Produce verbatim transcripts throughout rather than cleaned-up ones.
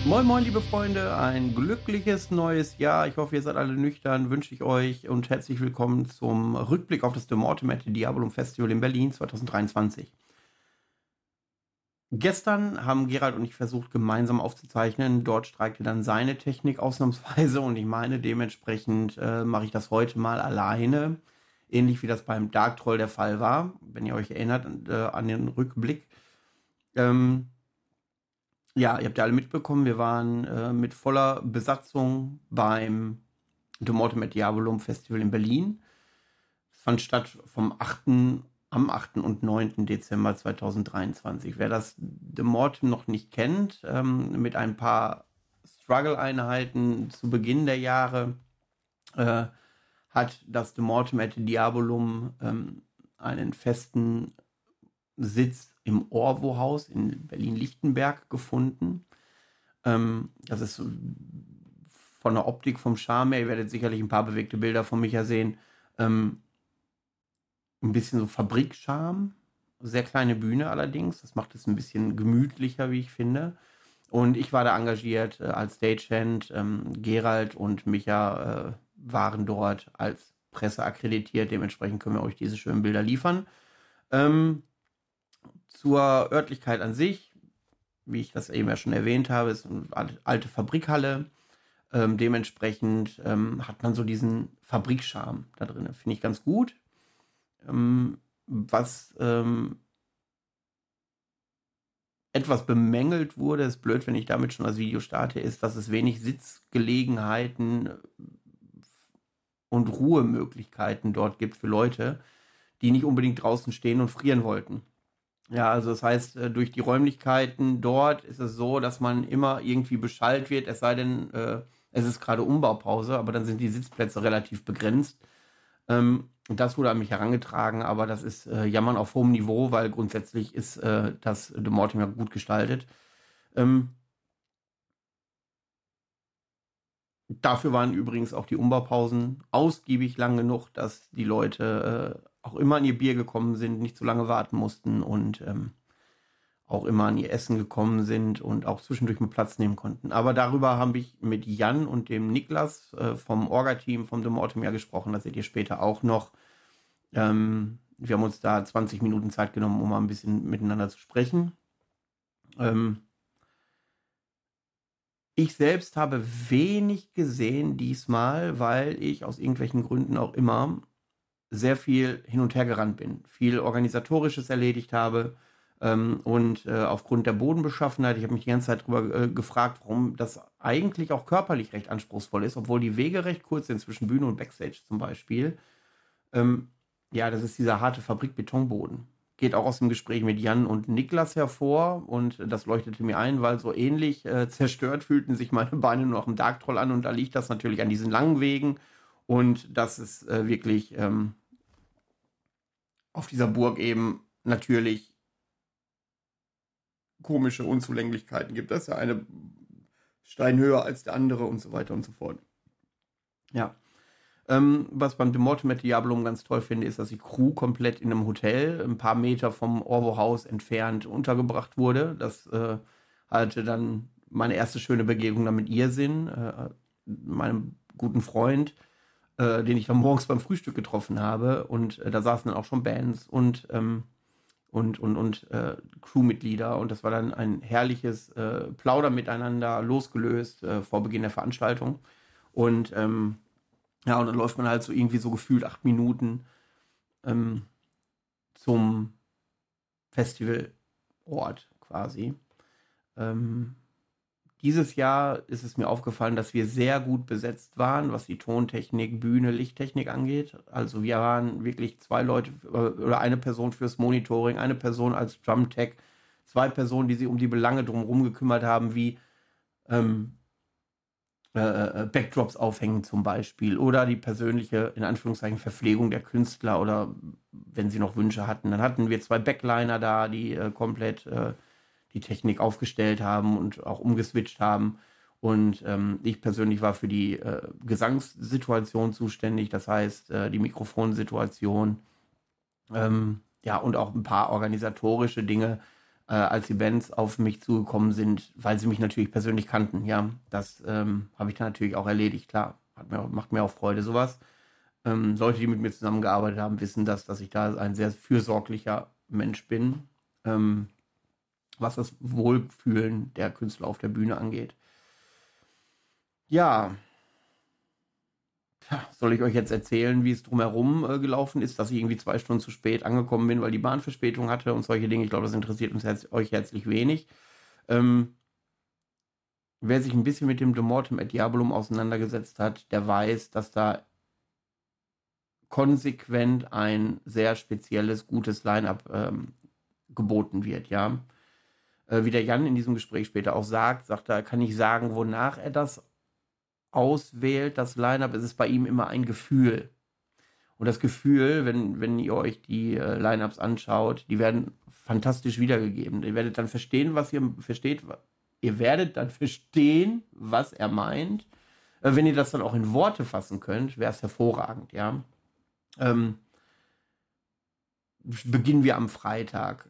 Moin moin liebe Freunde, ein glückliches neues Jahr. Ich hoffe, ihr seid alle nüchtern, wünsche ich euch und herzlich willkommen zum Rückblick auf das The Mortem at the Diabolum Festival in Berlin zwanzig dreiundzwanzig. Gestern haben Gerald und ich versucht, gemeinsam aufzuzeichnen. Dort streikte dann seine Technik ausnahmsweise und ich meine, dementsprechend äh, mache ich das heute mal alleine. Ähnlich wie das beim Dark Troll der Fall war, wenn ihr euch erinnert äh, an den Rückblick. Ähm, Ja, ihr habt ja alle mitbekommen, wir waren äh, mit voller Besatzung beim The Mortem at Diabolum Festival in Berlin. Es fand statt vom achten am achten und neunten Dezember zweitausenddreiundzwanzig. Wer das The Mortem noch nicht kennt, ähm, mit ein paar Struggle-Einheiten zu Beginn der Jahre, äh, hat das The Mortem at Diabolum ähm, einen festen Sitz im Orwo-Haus in Berlin-Lichtenberg gefunden. Ähm, das ist so von der Optik, vom Charme her, ihr werdet sicherlich ein paar bewegte Bilder von Micha sehen, ähm, ein bisschen so Fabrikcharme. Sehr kleine Bühne allerdings. Das macht es ein bisschen gemütlicher, wie ich finde. Und ich war da engagiert äh, als Stagehand. Ähm, Gerald und Micha äh, waren dort als Presse akkreditiert. Dementsprechend können wir euch diese schönen Bilder liefern. Ähm, zur Örtlichkeit an sich, wie ich das eben ja schon erwähnt habe, ist eine alte Fabrikhalle. Ähm, dementsprechend ähm, hat man so diesen Fabrikcharme da drin. Finde ich ganz gut. Ähm, was ähm, etwas bemängelt wurde, ist blöd, wenn ich damit schon das Video starte, ist, dass es wenig Sitzgelegenheiten und Ruhemöglichkeiten dort gibt für Leute, die nicht unbedingt draußen stehen und frieren wollten. Ja, also das heißt, äh, durch die Räumlichkeiten dort ist es so, dass man immer irgendwie beschallt wird, es sei denn, äh, es ist gerade Umbaupause, aber dann sind die Sitzplätze relativ begrenzt. Ähm, das wurde an mich herangetragen, aber das ist äh, Jammern auf hohem Niveau, weil grundsätzlich ist äh, das The Mortem ja gut gestaltet. Ähm, dafür waren übrigens auch die Umbaupausen ausgiebig lang genug, dass die Leute äh, auch immer an ihr Bier gekommen sind, nicht zu lange warten mussten und ähm, auch immer an ihr Essen gekommen sind und auch zwischendurch mit Platz nehmen konnten. Aber darüber habe ich mit Jan und dem Niklas äh, vom Orga-Team vom The Mortem ja gesprochen. Das seht ihr später auch noch. Ähm, wir haben uns da zwanzig Minuten Zeit genommen, um mal ein bisschen miteinander zu sprechen. Ähm, ich selbst habe wenig gesehen diesmal, weil ich aus irgendwelchen Gründen auch immer sehr viel hin und her gerannt bin, viel Organisatorisches erledigt habe ähm, und äh, aufgrund der Bodenbeschaffenheit, ich habe mich die ganze Zeit darüber äh, gefragt, warum das eigentlich auch körperlich recht anspruchsvoll ist, obwohl die Wege recht kurz sind zwischen Bühne und Backstage zum Beispiel. Ähm, ja, das ist dieser harte Fabrikbetonboden. Geht auch aus dem Gespräch mit Jan und Niklas hervor und das leuchtete mir ein, weil so ähnlich äh, zerstört fühlten sich meine Beine nur noch im Dark Troll an und da liegt das natürlich an diesen langen Wegen und das ist äh, wirklich ähm, auf dieser Burg eben natürlich komische Unzulänglichkeiten gibt. Das ist ja eine Stein höher als der andere und so weiter und so fort. Ja. Ähm, was beim The Mortem at Diabolum ganz toll finde, ist, dass die Crew komplett in einem Hotel ein paar Meter vom Orwo-Haus entfernt untergebracht wurde. Das äh, hatte dann meine erste schöne Begegnung dann mit Irrsinn, äh, meinem guten Freund, äh, den ich dann morgens beim Frühstück getroffen habe. Und äh, da saßen dann auch schon Bands und ähm, und, und, und äh, Crewmitglieder. Und das war dann ein herrliches äh, Plaudern miteinander, losgelöst äh, vor Beginn der Veranstaltung. Und ähm, ja, und dann läuft man halt so irgendwie so gefühlt acht Minuten ähm, zum Festivalort quasi. Ähm, dieses Jahr ist es mir aufgefallen, dass wir sehr gut besetzt waren, was die Tontechnik, Bühne, Lichttechnik angeht. Also wir waren wirklich zwei Leute äh, oder eine Person fürs Monitoring, eine Person als Drumtech, zwei Personen, die sich um die Belange drumherum gekümmert haben, wie ähm, äh, äh, Backdrops aufhängen zum Beispiel oder die persönliche, in Anführungszeichen, Verpflegung der Künstler oder wenn sie noch Wünsche hatten. Dann hatten wir zwei Backliner da, die äh, komplett äh, die Technik aufgestellt haben und auch umgeswitcht haben. Und ähm, ich persönlich war für die äh, Gesangssituation zuständig, das heißt äh, die Mikrofonsituation, ähm, ja, und auch ein paar organisatorische Dinge, äh, als die Bands auf mich zugekommen sind, weil sie mich natürlich persönlich kannten. Ja, das ähm, habe ich dann natürlich auch erledigt, klar. Hat mir, macht mir auch Freude, sowas. Ähm, Leute, die mit mir zusammengearbeitet haben, wissen das, dass ich da ein sehr fürsorglicher Mensch bin, ähm, was das Wohlfühlen der Künstler auf der Bühne angeht. Ja, ja, soll ich euch jetzt erzählen, wie es drumherum äh, gelaufen ist, dass ich irgendwie zwei Stunden zu spät angekommen bin, weil die Bahn Verspätung hatte und solche Dinge? Ich glaube, das interessiert uns herz euch herzlich wenig. Ähm, wer sich ein bisschen mit dem De Mortem et Diabolum auseinandergesetzt hat, der weiß, dass da konsequent ein sehr spezielles, gutes Line-up ähm, geboten wird, ja. Äh, wie der Jan in diesem Gespräch später auch sagt, sagt er, kann ich sagen, wonach er das auswählt, das Line-up. Es ist bei ihm immer ein Gefühl. Und das Gefühl, wenn, wenn ihr euch die äh, Line-ups anschaut, die werden fantastisch wiedergegeben. Ihr werdet dann verstehen, was ihr versteht. Ihr werdet dann verstehen, was er meint. Äh, wenn ihr das dann auch in Worte fassen könnt, wäre es hervorragend, ja. Ähm, beginnen wir am Freitag.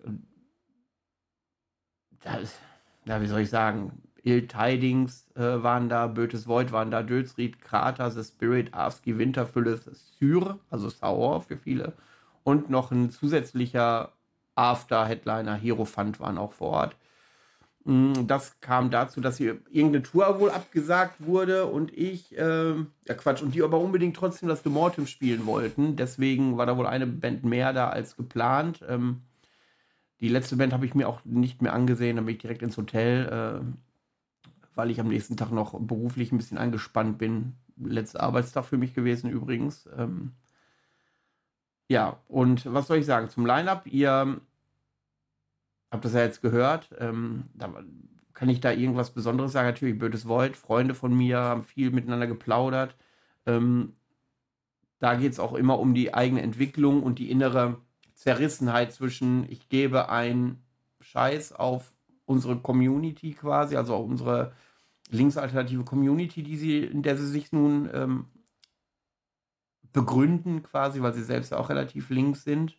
Das, ja, wie soll ich sagen? Ill Tidings äh, waren da, Bötes Void waren da, Dölsried, Krater, The Spirit, Arski, Winterfülle, Syr, also Sauer für viele. Und noch ein zusätzlicher After-Headliner, Hierophant, waren auch vor Ort. Mm, Das kam dazu, dass hier irgendeine Tour wohl abgesagt wurde und ich, äh, ja Quatsch, und die aber unbedingt trotzdem das De Mortem spielen wollten. Deswegen war da wohl eine Band mehr da als geplant. Ähm, die letzte Band habe ich mir auch nicht mehr angesehen, dann bin ich direkt ins Hotel, äh, weil ich am nächsten Tag noch beruflich ein bisschen angespannt bin. Letzter Arbeitstag für mich gewesen übrigens. Ähm, ja, und was soll ich sagen zum Line-Up? Ihr habt das ja jetzt gehört. Ähm, da kann ich da irgendwas Besonderes sagen? Natürlich, Bödes Void, Freunde von mir haben viel miteinander geplaudert. Ähm, da geht es auch immer um die eigene Entwicklung und die innere Zerrissenheit zwischen, ich gebe einen Scheiß auf unsere Community quasi, also auf unsere linksalternative Community, die sie, in der sie sich nun ähm, begründen quasi, weil sie selbst auch relativ links sind.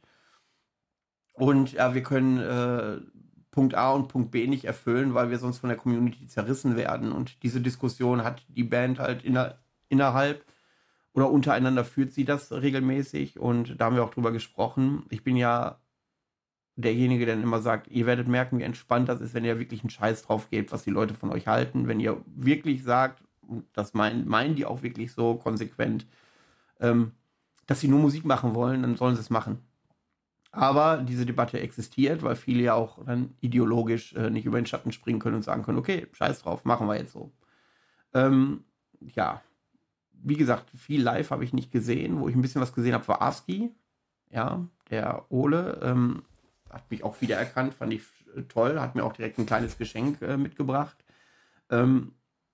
Und ja, wir können äh, Punkt A und Punkt B nicht erfüllen, weil wir sonst von der Community zerrissen werden. Und diese Diskussion hat die Band halt inner, innerhalb oder untereinander führt sie das regelmäßig. Und da haben wir auch drüber gesprochen. Ich bin ja derjenige, der dann immer sagt, ihr werdet merken, wie entspannt das ist, wenn ihr wirklich einen Scheiß drauf gebt, was die Leute von euch halten. Wenn ihr wirklich sagt, und das meinen, meinen die auch wirklich so konsequent, ähm, dass sie nur Musik machen wollen, dann sollen sie es machen. Aber diese Debatte existiert, weil viele ja auch dann ideologisch äh, nicht über den Schatten springen können und sagen können, okay, scheiß drauf, machen wir jetzt so. Ähm, ja, wie gesagt, viel live habe ich nicht gesehen. Wo ich ein bisschen was gesehen habe, war Aski. Ja, der Ole ähm, hat mich auch wiedererkannt, fand ich äh, toll, hat mir auch direkt ein kleines Geschenk äh, mitgebracht. Ähm,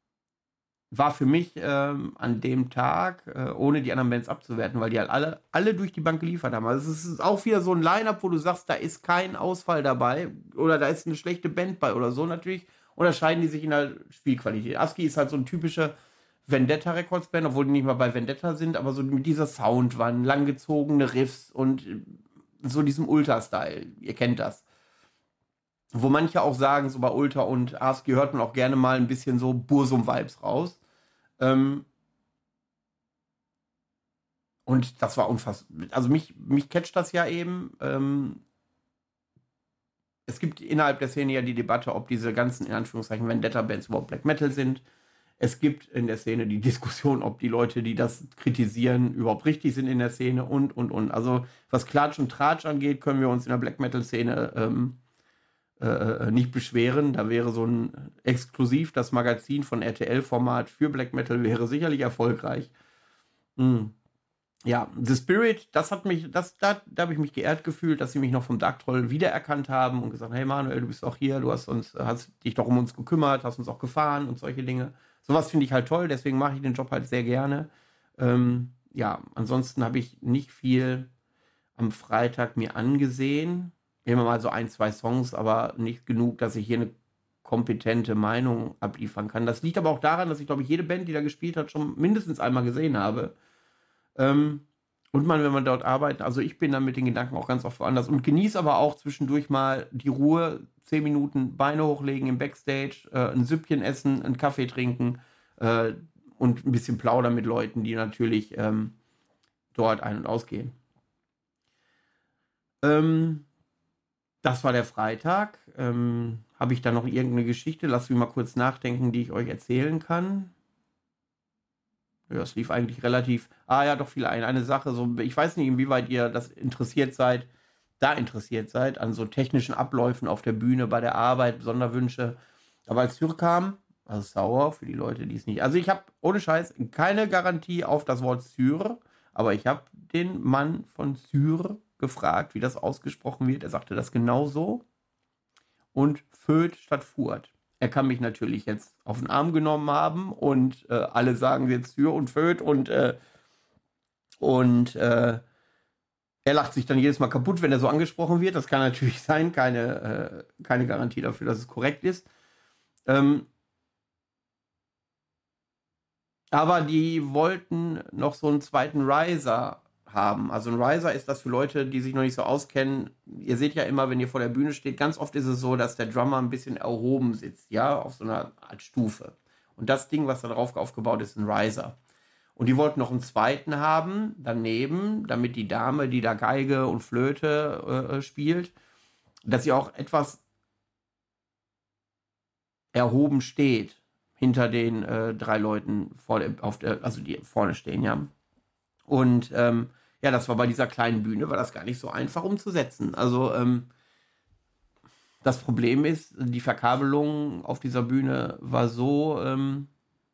war für mich ähm, an dem Tag, äh, ohne die anderen Bands abzuwerten, weil die halt alle, alle durch die Bank geliefert haben. Also es ist auch wieder so ein Line-Up, wo du sagst, da ist kein Ausfall dabei oder da ist eine schlechte Band bei oder so. Natürlich unterscheiden die sich in der Spielqualität. Aski ist halt so ein typischer Vendetta Records Band, obwohl die nicht mal bei Vendetta sind, aber so mit dieser Soundwand, langgezogene Riffs und so diesem Ultra-Style. Ihr kennt das. Wo manche auch sagen, so bei Ultra und Aski hört man auch gerne mal ein bisschen so Bursum-Vibes raus. Ähm, und das war unfassbar. Also mich, mich catcht das ja eben. Ähm, es gibt innerhalb der Szene ja die Debatte, ob diese ganzen, in Anführungszeichen, Vendetta-Bands überhaupt Black Metal sind. Es gibt in der Szene die Diskussion, ob die Leute, die das kritisieren, überhaupt richtig sind in der Szene und, und, und. Also was Klatsch und Tratsch angeht, können wir uns in der Black Metal-Szene ähm, äh, nicht beschweren. Da wäre so ein exklusiv das Magazin von R T L-Format für Black Metal wäre sicherlich erfolgreich. Mm. Ja, The Spirit, das hat mich, das, da, da habe ich mich geehrt gefühlt, dass sie mich noch vom Dark Troll wiedererkannt haben und gesagt, hey Manuel, du bist auch hier, du hast uns, hast dich doch um uns gekümmert, hast uns auch gefahren und solche Dinge. Sowas finde ich halt toll, deswegen mache ich den Job halt sehr gerne. Ähm, ja, ansonsten habe ich nicht viel am Freitag mir angesehen. Immer mal so ein, zwei Songs, aber nicht genug, dass ich hier eine kompetente Meinung abliefern kann. Das liegt aber auch daran, dass ich, glaube ich, jede Band, die da gespielt hat, schon mindestens einmal gesehen habe. Ähm, Und man, wenn man dort arbeitet, also ich bin dann mit den Gedanken auch ganz oft woanders und genieße aber auch zwischendurch mal die Ruhe, zehn Minuten Beine hochlegen im Backstage, äh, ein Süppchen essen, einen Kaffee trinken äh, und ein bisschen plaudern mit Leuten, die natürlich ähm, dort ein- und ausgehen. Ähm, Das war der Freitag. Ähm, habe ich da noch irgendeine Geschichte? Lass mich mal kurz nachdenken, die ich euch erzählen kann. Ja, es lief eigentlich relativ. Ah ja, doch viel ein. Eine Sache, so, ich weiß nicht, inwieweit ihr das interessiert seid, da interessiert seid, an so technischen Abläufen auf der Bühne, bei der Arbeit, Sonderwünsche. Aber als Tür kam, also sauer für die Leute, die es nicht. Also ich habe ohne Scheiß keine Garantie auf das Wort Syr, aber ich habe den Mann von Syr gefragt, wie das ausgesprochen wird. Er sagte das genauso und Föth statt Furt. Er kann mich natürlich jetzt auf den Arm genommen haben und äh, alle sagen jetzt Syr und Föth und, äh, und äh, er lacht sich dann jedes Mal kaputt, wenn er so angesprochen wird. Das kann natürlich sein, keine, äh, keine Garantie dafür, dass es korrekt ist. Ähm, aber die wollten noch so einen zweiten Riser haben. Also ein Riser ist das für Leute, die sich noch nicht so auskennen. Ihr seht ja immer, wenn ihr vor der Bühne steht, ganz oft ist es so, dass der Drummer ein bisschen erhoben sitzt, ja, auf so einer Art Stufe. Und das Ding, was da drauf aufgebaut ist, ist ein Riser. Und die wollten noch einen zweiten haben, daneben, damit die Dame, die da Geige und Flöte äh, spielt, dass sie auch etwas erhoben steht hinter den äh, drei Leuten, vor der, auf der, also die vorne stehen, ja. Und ähm, ja, das war bei dieser kleinen Bühne, war das gar nicht so einfach umzusetzen. Also ähm, das Problem ist, die Verkabelung auf dieser Bühne war so ähm,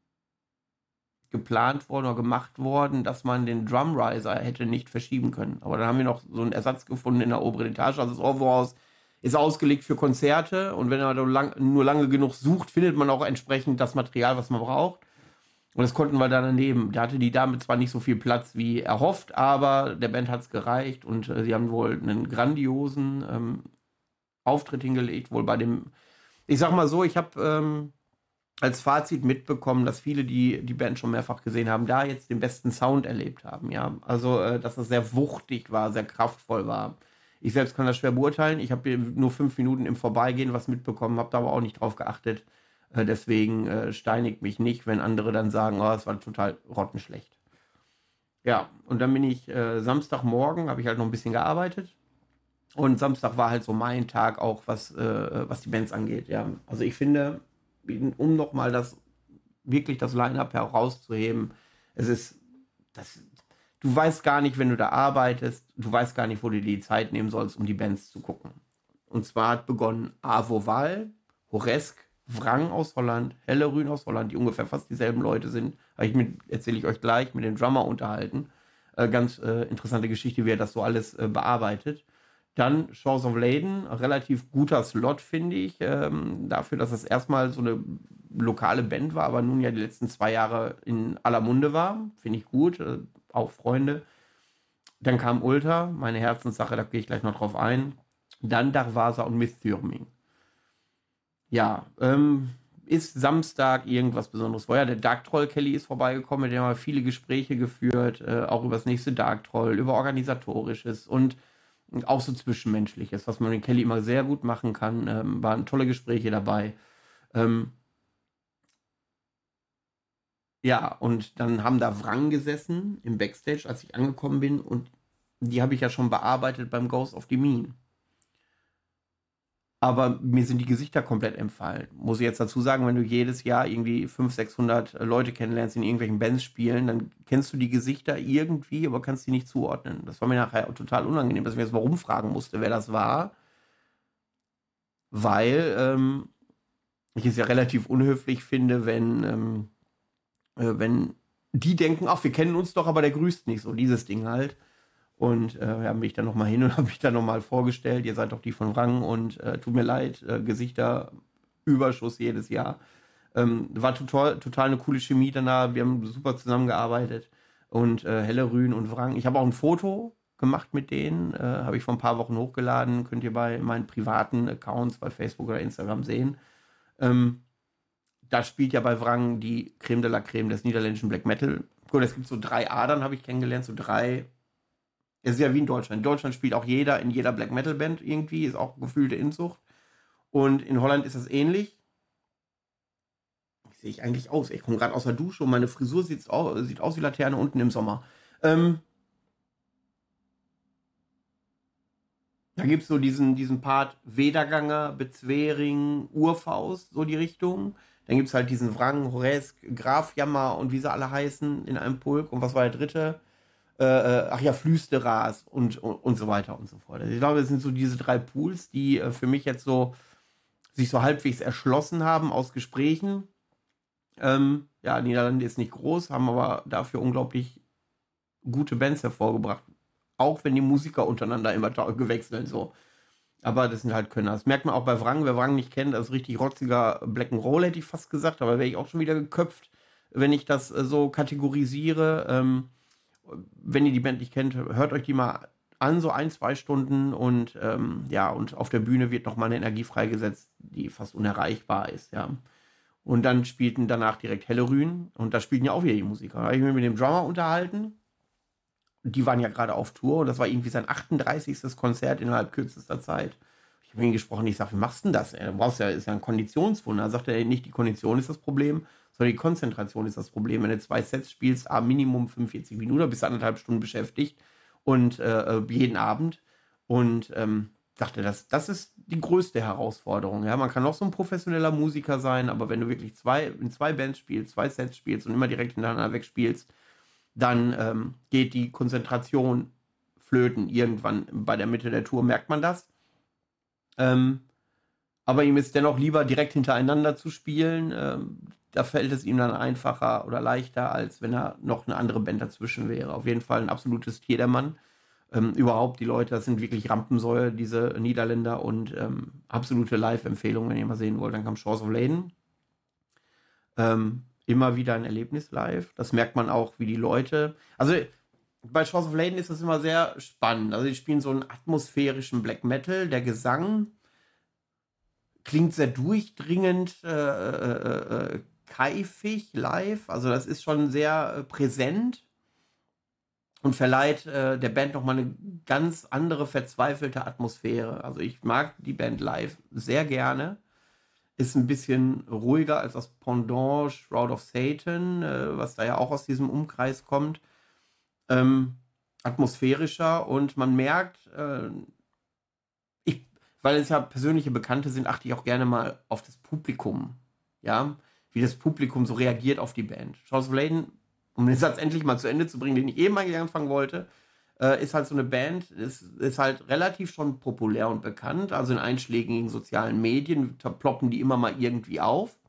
geplant worden oder gemacht worden, dass man den Drumriser hätte nicht verschieben können. Aber dann haben wir noch so einen Ersatz gefunden in der oberen Etage. Also das Orpheus ist ausgelegt für Konzerte und wenn man lang, nur lange genug sucht, findet man auch entsprechend das Material, was man braucht. Und das konnten wir dann daneben. Da hatte die Dame zwar nicht so viel Platz wie erhofft, aber der Band hat es gereicht und äh, sie haben wohl einen grandiosen ähm, Auftritt hingelegt, wohl bei dem, ich sag mal so, ich habe ähm, als Fazit mitbekommen, dass viele, die die Band schon mehrfach gesehen haben, da jetzt den besten Sound erlebt haben, ja. Also, äh, dass es sehr wuchtig war, sehr kraftvoll war. Ich selbst kann das schwer beurteilen. Ich habe nur fünf Minuten im Vorbeigehen was mitbekommen, habe da aber auch nicht drauf geachtet. Äh, deswegen äh, steinigt mich nicht, wenn andere dann sagen, oh, es war total rottenschlecht. Ja, und dann bin ich äh, Samstagmorgen, habe ich halt noch ein bisschen gearbeitet. Und Samstag war halt so mein Tag auch, was, äh, was die Bands angeht. Ja, also ich finde, um nochmal das wirklich das Line-Up herauszuheben, es ist, das, du weißt gar nicht, wenn du da arbeitest, du weißt gar nicht, wo du dir die Zeit nehmen sollst, um die Bands zu gucken. Und zwar hat begonnen Avo Val, Horesk, Wrang aus Holland, Hellerün aus Holland, die ungefähr fast dieselben Leute sind. Habe ich mit, erzähle ich euch gleich, mit dem Drummer unterhalten. Äh, ganz äh, interessante Geschichte, wie er das so alles äh, bearbeitet. Dann Shores of Leyden, relativ guter Slot, finde ich, ähm, dafür, dass es erstmal so eine lokale Band war, aber nun ja die letzten zwei Jahre in aller Munde war. Finde ich gut, äh, auch Freunde. Dann kam Ulta, meine Herzenssache, da gehe ich gleich noch drauf ein. Dann Darvasa und Mythürming. Ja, ähm, ist Samstag irgendwas Besonderes vorher. Der Dark Troll Kelly ist vorbeigekommen, mit dem haben wir viele Gespräche geführt, äh, auch über das nächste Dark Troll, über Organisatorisches und auch so Zwischenmenschliches, was man mit Kelly immer sehr gut machen kann. Ähm, waren tolle Gespräche dabei. Ähm, ja, und dann haben da Wrang gesessen im Backstage, als ich angekommen bin, und die habe ich ja schon bearbeitet beim Ghost of the Mean. Aber mir sind die Gesichter komplett entfallen. Muss ich jetzt dazu sagen, wenn du jedes Jahr irgendwie fünfhundert, sechshundert Leute kennenlernst, die in irgendwelchen Bands spielen, dann kennst du die Gesichter irgendwie, aber kannst die nicht zuordnen. Das war mir nachher total unangenehm, dass ich mir jetzt mal rumfragen musste, wer das war, weil ähm, ich es ja relativ unhöflich finde, wenn, ähm, äh, wenn die denken, ach, wir kennen uns doch, aber der grüßt nicht so, dieses Ding halt. Und äh, ja, bin ich dann nochmal hin und habe mich dann nochmal vorgestellt, ihr seid doch die von Rang und äh, tut mir leid, äh, Gesichter Überschuss jedes Jahr. Ähm, war total, total eine coole Chemie danach, wir haben super zusammengearbeitet und äh, Hellerün und Wrang. Ich habe auch ein Foto gemacht mit denen, äh, habe ich vor ein paar Wochen hochgeladen, könnt ihr bei meinen privaten Accounts bei Facebook oder Instagram sehen. Ähm, Da spielt ja bei Wrang die Creme de la Creme des niederländischen Black Metal. Gut, es gibt so drei Adern, habe ich kennengelernt, so drei Es ist ja wie in Deutschland. In Deutschland spielt auch jeder in jeder Black Metal Band irgendwie, ist auch gefühlte Inzucht. Und in Holland ist das ähnlich. Wie sehe ich eigentlich aus? Ich komme gerade aus der Dusche und meine Frisur sieht aus, sieht aus wie Laterne unten im Sommer. Ähm, da gibt es so diesen, diesen Part Wederganger, Bezwering, Urfaust, so die Richtung. Dann gibt es halt diesen Wrang, Horesk, Grafjammer und wie sie alle heißen in einem Pulk. Und was war der dritte? Äh, äh, ach ja, Flüsteras und, und, und so weiter und so fort. Also ich glaube, es sind so diese drei Pools, die äh, für mich jetzt so sich so halbwegs erschlossen haben aus Gesprächen. Ähm, ja, Niederlande ist nicht groß, haben aber dafür unglaublich gute Bands hervorgebracht. Auch wenn die Musiker untereinander immer gewechselt so. Aber das sind halt Könner. Das merkt man auch bei Wrang. Wer Wrang nicht kennt, das ist richtig rotziger Black'n'Roll, hätte ich fast gesagt. Aber wäre ich auch schon wieder geköpft, wenn ich das äh, so kategorisiere. Ähm, wenn ihr die Band nicht kennt, hört euch die mal an, so ein, zwei Stunden. Und ähm, ja, und auf der Bühne wird nochmal eine Energie freigesetzt, die fast unerreichbar ist, ja. Und dann spielten danach direkt Hellerün. Und da spielten ja auch wieder die Musiker. Da habe ich mich mit dem Drummer unterhalten. Die waren ja gerade auf Tour und das war irgendwie sein achtunddreißigstes Konzert innerhalb kürzester Zeit. Ich habe mit ihm gesprochen, ich sage, wie machst du denn das? Du brauchst ja, ist ja ein Konditionswunder. Da sagt er, nicht die Kondition ist das Problem, sondern die Konzentration ist das Problem. Wenn du zwei Sets spielst, ah, Minimum fünfundvierzig Minuten, bist du anderthalb Stunden beschäftigt und äh, jeden Abend. Und ähm, dachte, das, das ist die größte Herausforderung. Ja, man kann noch so ein professioneller Musiker sein, aber wenn du wirklich zwei, in zwei Bands spielst, zwei Sets spielst und immer direkt hintereinander wegspielst, dann ähm, geht die Konzentration flöten. Irgendwann bei der Mitte der Tour merkt man das. Ähm, aber ihm ist dennoch lieber direkt hintereinander zu spielen. Ähm, da fällt es ihm dann einfacher oder leichter, als wenn er noch eine andere Band dazwischen wäre. Auf jeden Fall ein absolutes Tier, der Mann. Ähm, überhaupt, die Leute, das sind wirklich Rampensäue, diese Niederländer, und ähm, absolute Live-Empfehlung, wenn ihr mal sehen wollt. Dann kam Shores of Leyden. Ähm, immer wieder ein Erlebnis live. Das merkt man auch, wie die Leute. Also bei Shores of Leyden ist das immer sehr spannend. Also die spielen so einen atmosphärischen Black Metal. Der Gesang klingt sehr durchdringend, äh, äh, äh, keifig live. Also das ist schon sehr äh, präsent und verleiht äh, der Band nochmal eine ganz andere, verzweifelte Atmosphäre. Also ich mag die Band live sehr gerne. Ist ein bisschen ruhiger als das Pendant Shroud of Satan, äh, was da ja auch aus diesem Umkreis kommt. Ähm, atmosphärischer, und man merkt, äh, ich, weil es ja persönliche Bekannte sind, achte ich auch gerne mal auf das Publikum. Ja, wie das Publikum so reagiert auf die Band. Shores of Leyden, um den Satz endlich mal zu Ende zu bringen, den ich eben eigentlich anfangen wollte, äh, ist halt so eine Band, ist, ist halt relativ schon populär und bekannt. Also in einschlägigen sozialen Medien ploppen die immer mal irgendwie auf.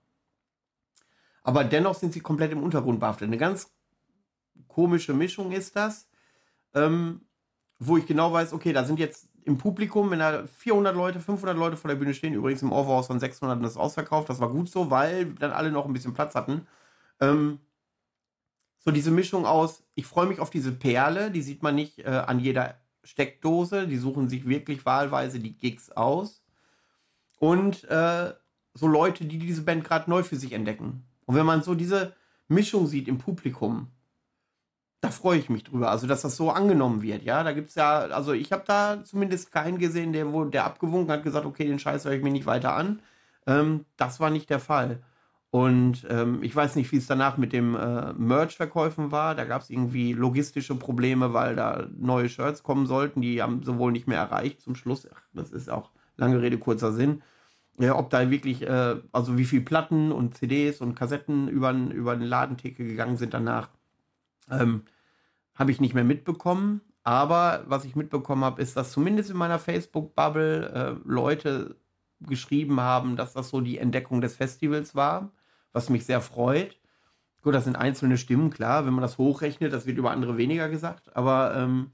Aber dennoch sind sie komplett im Untergrund behaftet. Eine ganz komische Mischung ist das, ähm, wo ich genau weiß, okay, da sind jetzt im Publikum, wenn da vierhundert Leute, fünfhundert Leute vor der Bühne stehen, übrigens im Overhaus von sechshundert und das ist ausverkauft, das war gut so, weil dann alle noch ein bisschen Platz hatten. Ähm, so diese Mischung aus, ich freue mich auf diese Perle, die sieht man nicht äh, an jeder Steckdose, die suchen sich wirklich wahlweise die Gigs aus. Und äh, so Leute, die diese Band gerade neu für sich entdecken. Und wenn man so diese Mischung sieht im Publikum, da freue ich mich drüber. Also, dass das so angenommen wird, ja. Da gibt es ja, also ich habe da zumindest keinen gesehen, der, wo, der abgewunken hat, gesagt, okay, den Scheiß höre ich mir nicht weiter an. Ähm, das war nicht der Fall. Und ähm, ich weiß nicht, wie es danach mit dem äh, Merch-Verkäufen war. Da gab es irgendwie logistische Probleme, weil da neue Shirts kommen sollten. Die haben sie wohl nicht mehr erreicht zum Schluss. Ach, das ist auch lange Rede, kurzer Sinn. Ja, ob da wirklich, äh, also wie viel Platten und C Ds und Kassetten über, über den Ladentheke gegangen sind danach, ähm, habe ich nicht mehr mitbekommen. Aber was ich mitbekommen habe, ist, dass zumindest in meiner Facebook-Bubble äh, Leute geschrieben haben, dass das so die Entdeckung des Festivals war, was mich sehr freut. Gut, das sind einzelne Stimmen, klar, wenn man das hochrechnet, das wird über andere weniger gesagt, aber ähm,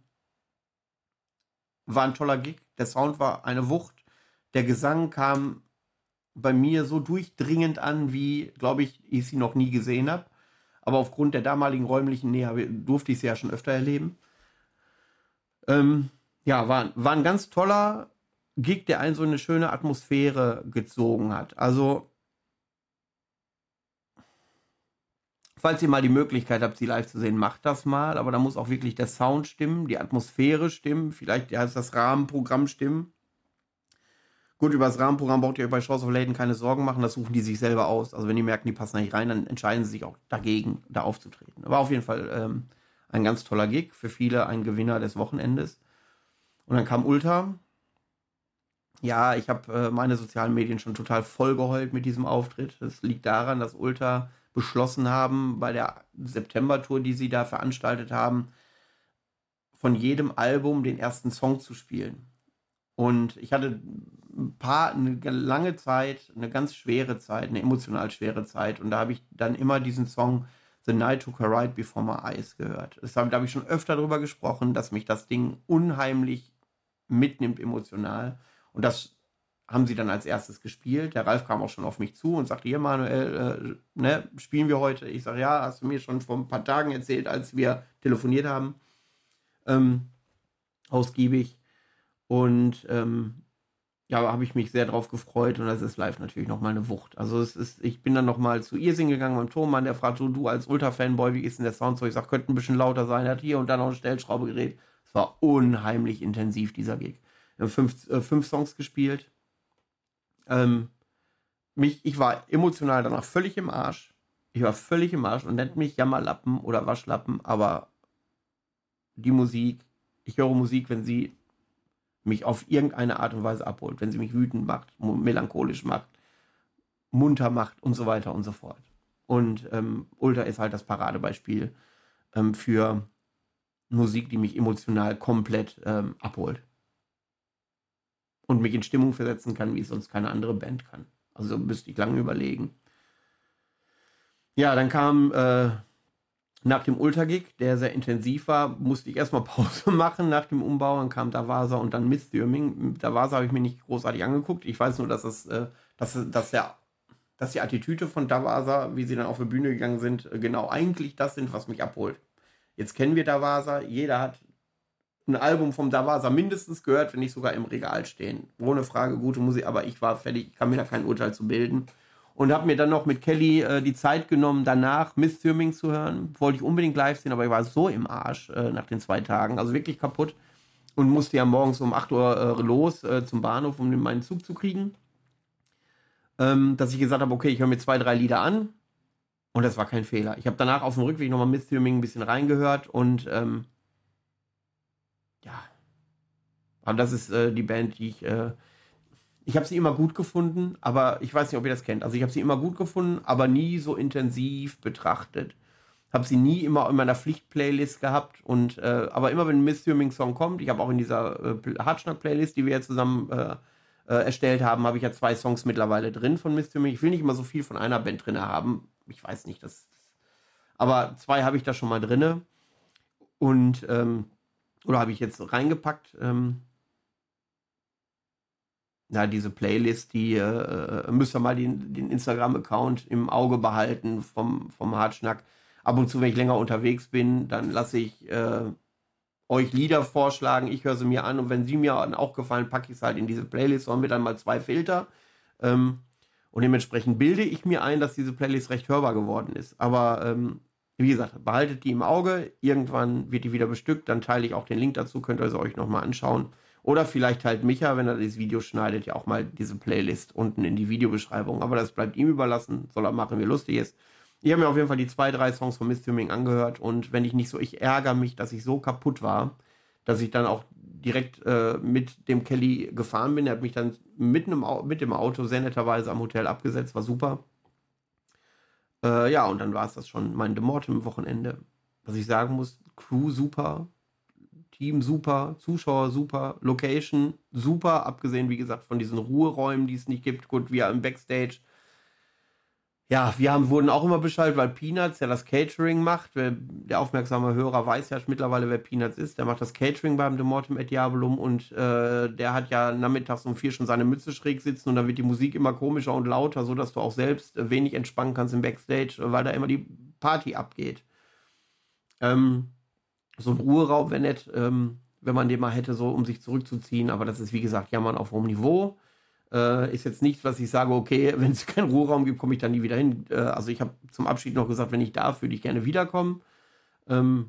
war ein toller Gig. Der Sound war eine Wucht. Der Gesang kam bei mir so durchdringend an, wie, glaube ich, ich sie noch nie gesehen habe. Aber aufgrund der damaligen räumlichen Nähe habe- durfte ich sie ja schon öfter erleben. Ähm, ja, war, war ein ganz toller Gig, der einen so eine schöne Atmosphäre gezogen hat. Also Falls ihr mal die Möglichkeit habt, sie live zu sehen, macht das mal. Aber da muss auch wirklich der Sound stimmen, die Atmosphäre stimmen, vielleicht ja, ist das Rahmenprogramm stimmen. Gut, über das Rahmenprogramm braucht ihr euch bei Shows of Leiden keine Sorgen machen, das suchen die sich selber aus. Also wenn die merken, die passen da nicht rein, dann entscheiden sie sich auch dagegen, da aufzutreten. War auf jeden Fall ähm, ein ganz toller Gig, für viele ein Gewinner des Wochenendes. Und dann kam Ultra. Ja, ich habe äh, meine sozialen Medien schon total vollgeheult mit diesem Auftritt. Das liegt daran, dass Ultra beschlossen haben, bei der September-Tour, die sie da veranstaltet haben, von jedem Album den ersten Song zu spielen. Und ich hatte ein paar, eine lange Zeit, eine ganz schwere Zeit, eine emotional schwere Zeit. Und da habe ich dann immer diesen Song The Night Took a Ride Before My Eyes gehört. Das hab, da habe ich schon öfter darüber gesprochen, dass mich das Ding unheimlich mitnimmt emotional. Und das haben sie dann als erstes gespielt. Der Ralf kam auch schon auf mich zu und sagte, hier Manuel, äh, ne, spielen wir heute? Ich sage, ja, hast du mir schon vor ein paar Tagen erzählt, als wir telefoniert haben. Ähm, ausgiebig. Und ähm, ja, habe ich mich sehr drauf gefreut und das ist live natürlich nochmal eine Wucht. Also es ist, ich bin dann nochmal zu Irsing gegangen beim Thomann, der fragt so, du als Ultra-Fanboy, wie ist denn der Sound so? Ich sag, könnte ein bisschen lauter sein, er hat hier und da noch ein Stellschraubegerät. Es war unheimlich intensiv, dieser Gig. Wir haben fünf, äh, fünf Songs gespielt. Ähm, mich, ich war emotional danach völlig im Arsch. Ich war völlig im Arsch und nennt mich Jammerlappen oder Waschlappen, aber die Musik, ich höre Musik, wenn sie mich auf irgendeine Art und Weise abholt, wenn sie mich wütend macht, melancholisch macht, munter macht und so weiter und so fort. Und ähm, Ultra ist halt das Paradebeispiel ähm, für Musik, die mich emotional komplett ähm, abholt. Und mich in Stimmung versetzen kann, wie es sonst keine andere Band kann. Also müsste ich lange überlegen. Ja, dann kam äh, nach dem Ultra-Gig, der sehr intensiv war, musste ich erstmal Pause machen nach dem Umbau. Dann kam Davasa und dann Mistürming. Davasa habe ich mir nicht großartig angeguckt. Ich weiß nur, dass, es, äh, dass, dass, der, dass die Attitüde von Davasa, wie sie dann auf die Bühne gegangen sind, genau eigentlich das sind, was mich abholt. Jetzt kennen wir Davasa. Jeder hat ein Album vom Davasa mindestens gehört, wenn nicht sogar im Regal stehen. Ohne Frage, gute Musik, aber ich war fertig. Ich kann mir da kein Urteil zu bilden. Und habe mir dann noch mit Kelly äh, die Zeit genommen, danach Mistürming zu hören. Wollte ich unbedingt live sehen, aber ich war so im Arsch äh, nach den zwei Tagen. Also wirklich kaputt. Und musste ja morgens um acht Uhr äh, los äh, zum Bahnhof, um meinen Zug zu kriegen. Ähm, dass ich gesagt habe, okay, ich höre mir zwei, drei Lieder an. Und das war kein Fehler. Ich habe danach auf dem Rückweg nochmal Mistürming ein bisschen reingehört. Und ähm, ja. Aber das ist äh, die Band, die ich... Äh, Ich habe sie immer gut gefunden, aber ich weiß nicht, ob ihr das kennt. Also ich habe sie immer gut gefunden, aber nie so intensiv betrachtet. Habe sie nie immer in meiner Pflicht-Playlist gehabt. Und, äh, aber immer wenn ein Mistürming-Song kommt, ich habe auch in dieser äh, Hartschnack-Playlist, die wir ja zusammen äh, äh, erstellt haben, habe ich ja zwei Songs mittlerweile drin von Mistürming. Ich will nicht immer so viel von einer Band drin haben. Ich weiß nicht, das... Aber zwei habe ich da schon mal drin. Und, ähm, oder habe ich jetzt reingepackt, ähm, ja, diese Playlist, die äh, müsst ihr mal den, den Instagram-Account im Auge behalten vom, vom Hartschnack. Ab und zu, wenn ich länger unterwegs bin, dann lasse ich äh, euch Lieder vorschlagen, ich höre sie mir an und wenn sie mir dann auch gefallen, packe ich es halt in diese Playlist, so haben wir dann mal zwei Filter. Ähm, und dementsprechend bilde ich mir ein, dass diese Playlist recht hörbar geworden ist. Aber ähm, wie gesagt, behaltet die im Auge, irgendwann wird die wieder bestückt, dann teile ich auch den Link dazu, könnt ihr sie euch nochmal anschauen. Oder vielleicht teilt Micha, wenn er dieses Video schneidet, ja auch mal diese Playlist unten in die Videobeschreibung. Aber das bleibt ihm überlassen, soll er machen, wie lustig ist. Ich habe mir auf jeden Fall die zwei, drei Songs von Mistürming angehört und wenn ich nicht so, ich ärgere mich, dass ich so kaputt war, dass ich dann auch direkt äh, mit dem Kelly gefahren bin. Er hat mich dann mitten im Au- mit dem Auto sehr netterweise am Hotel abgesetzt, war super. Äh, ja, und dann war es das schon, mein The Mortem-Wochenende. Was ich sagen muss, Crew super, Team super, Zuschauer super, Location super, abgesehen, wie gesagt, von diesen Ruheräumen, die es nicht gibt. Gut, wir im Backstage. Ja, wir haben, wurden auch immer Bescheid, weil Peanuts ja das Catering macht. Wer, der aufmerksame Hörer weiß ja mittlerweile, wer Peanuts ist. Der macht das Catering beim The Mortem et Diabolum und äh, der hat ja nachmittags um vier schon seine Mütze schräg sitzen und dann wird die Musik immer komischer und lauter, sodass du auch selbst äh, wenig entspannen kannst im Backstage, äh, weil da immer die Party abgeht. Ähm, so ein Ruheraum wäre nett, ähm, wenn man den mal hätte, so um sich zurückzuziehen. Aber das ist, wie gesagt, Jammern auf hohem Niveau. Äh, ist jetzt nichts, was ich sage, okay, wenn es keinen Ruheraum gibt, komme ich da nie wieder hin. Äh, also ich habe zum Abschied noch gesagt, wenn ich darf, würde ich gerne wiederkommen. Ähm,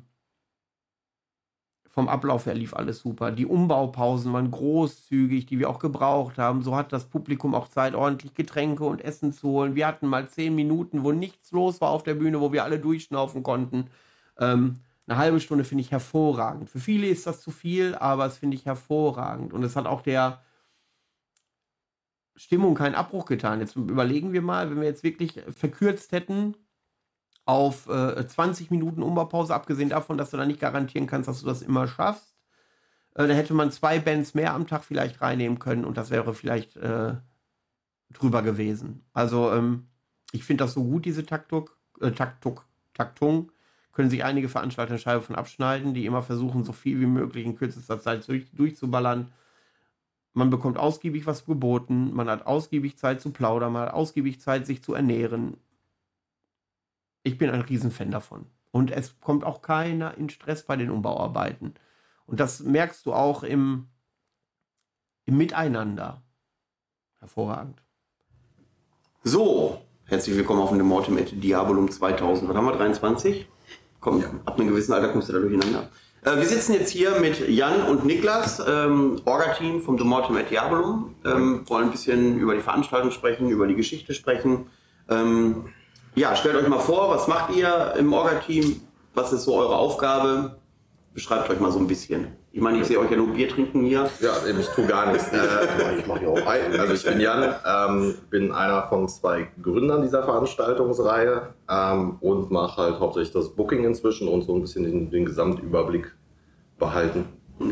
vom Ablauf her lief alles super. Die Umbaupausen waren großzügig, die wir auch gebraucht haben. So hat das Publikum auch Zeit, ordentlich Getränke und Essen zu holen. Wir hatten mal zehn Minuten, wo nichts los war auf der Bühne, wo wir alle durchschnaufen konnten. Ähm, eine halbe Stunde finde ich hervorragend. Für viele ist das zu viel, aber es finde ich hervorragend. Und es hat auch der Stimmung keinen Abbruch getan. Jetzt überlegen wir mal, wenn wir jetzt wirklich verkürzt hätten auf äh, zwanzig Minuten Umbaupause, abgesehen davon, dass du da nicht garantieren kannst, dass du das immer schaffst, äh, da hätte man zwei Bands mehr am Tag vielleicht reinnehmen können und das wäre vielleicht äh, drüber gewesen. Also ähm, ich finde das so gut, diese Taktuk, äh, Taktuk, Taktung. Können sich einige Veranstalter eine Scheibe von abschneiden, die immer versuchen, so viel wie möglich in kürzester Zeit durch, durchzuballern. Man bekommt ausgiebig was geboten, man hat ausgiebig Zeit zu plaudern, man hat ausgiebig Zeit, sich zu ernähren. Ich bin ein Riesenfan davon. Und es kommt auch keiner in Stress bei den Umbauarbeiten. Und das merkst du auch im, im Miteinander. Hervorragend. So, herzlich willkommen auf dem Mortem et Diabolum zweitausend. Was haben wir, dreiundzwanzig? Komm, ja. Ab einem gewissen Alter kommst du da durcheinander. Äh, wir sitzen jetzt hier mit Jan und Niklas, ähm, Orga-Team vom The Mortem et Diabolum. Ähm, wollen ein bisschen über die Veranstaltung sprechen, über die Geschichte sprechen. Ähm, Ja, stellt euch mal vor, was macht ihr im Orga-Team? Was ist so eure Aufgabe? Beschreibt euch mal so ein bisschen. Ich meine, ich sehe euch ja nur Bier trinken hier. Ja, eben, ich tue gar nichts. äh, ich mache ja auch ein. Also ich bin Jan, ähm, bin einer von zwei Gründern dieser Veranstaltungsreihe ähm, und mache halt hauptsächlich das Booking inzwischen und so ein bisschen den, den Gesamtüberblick behalten. Hm.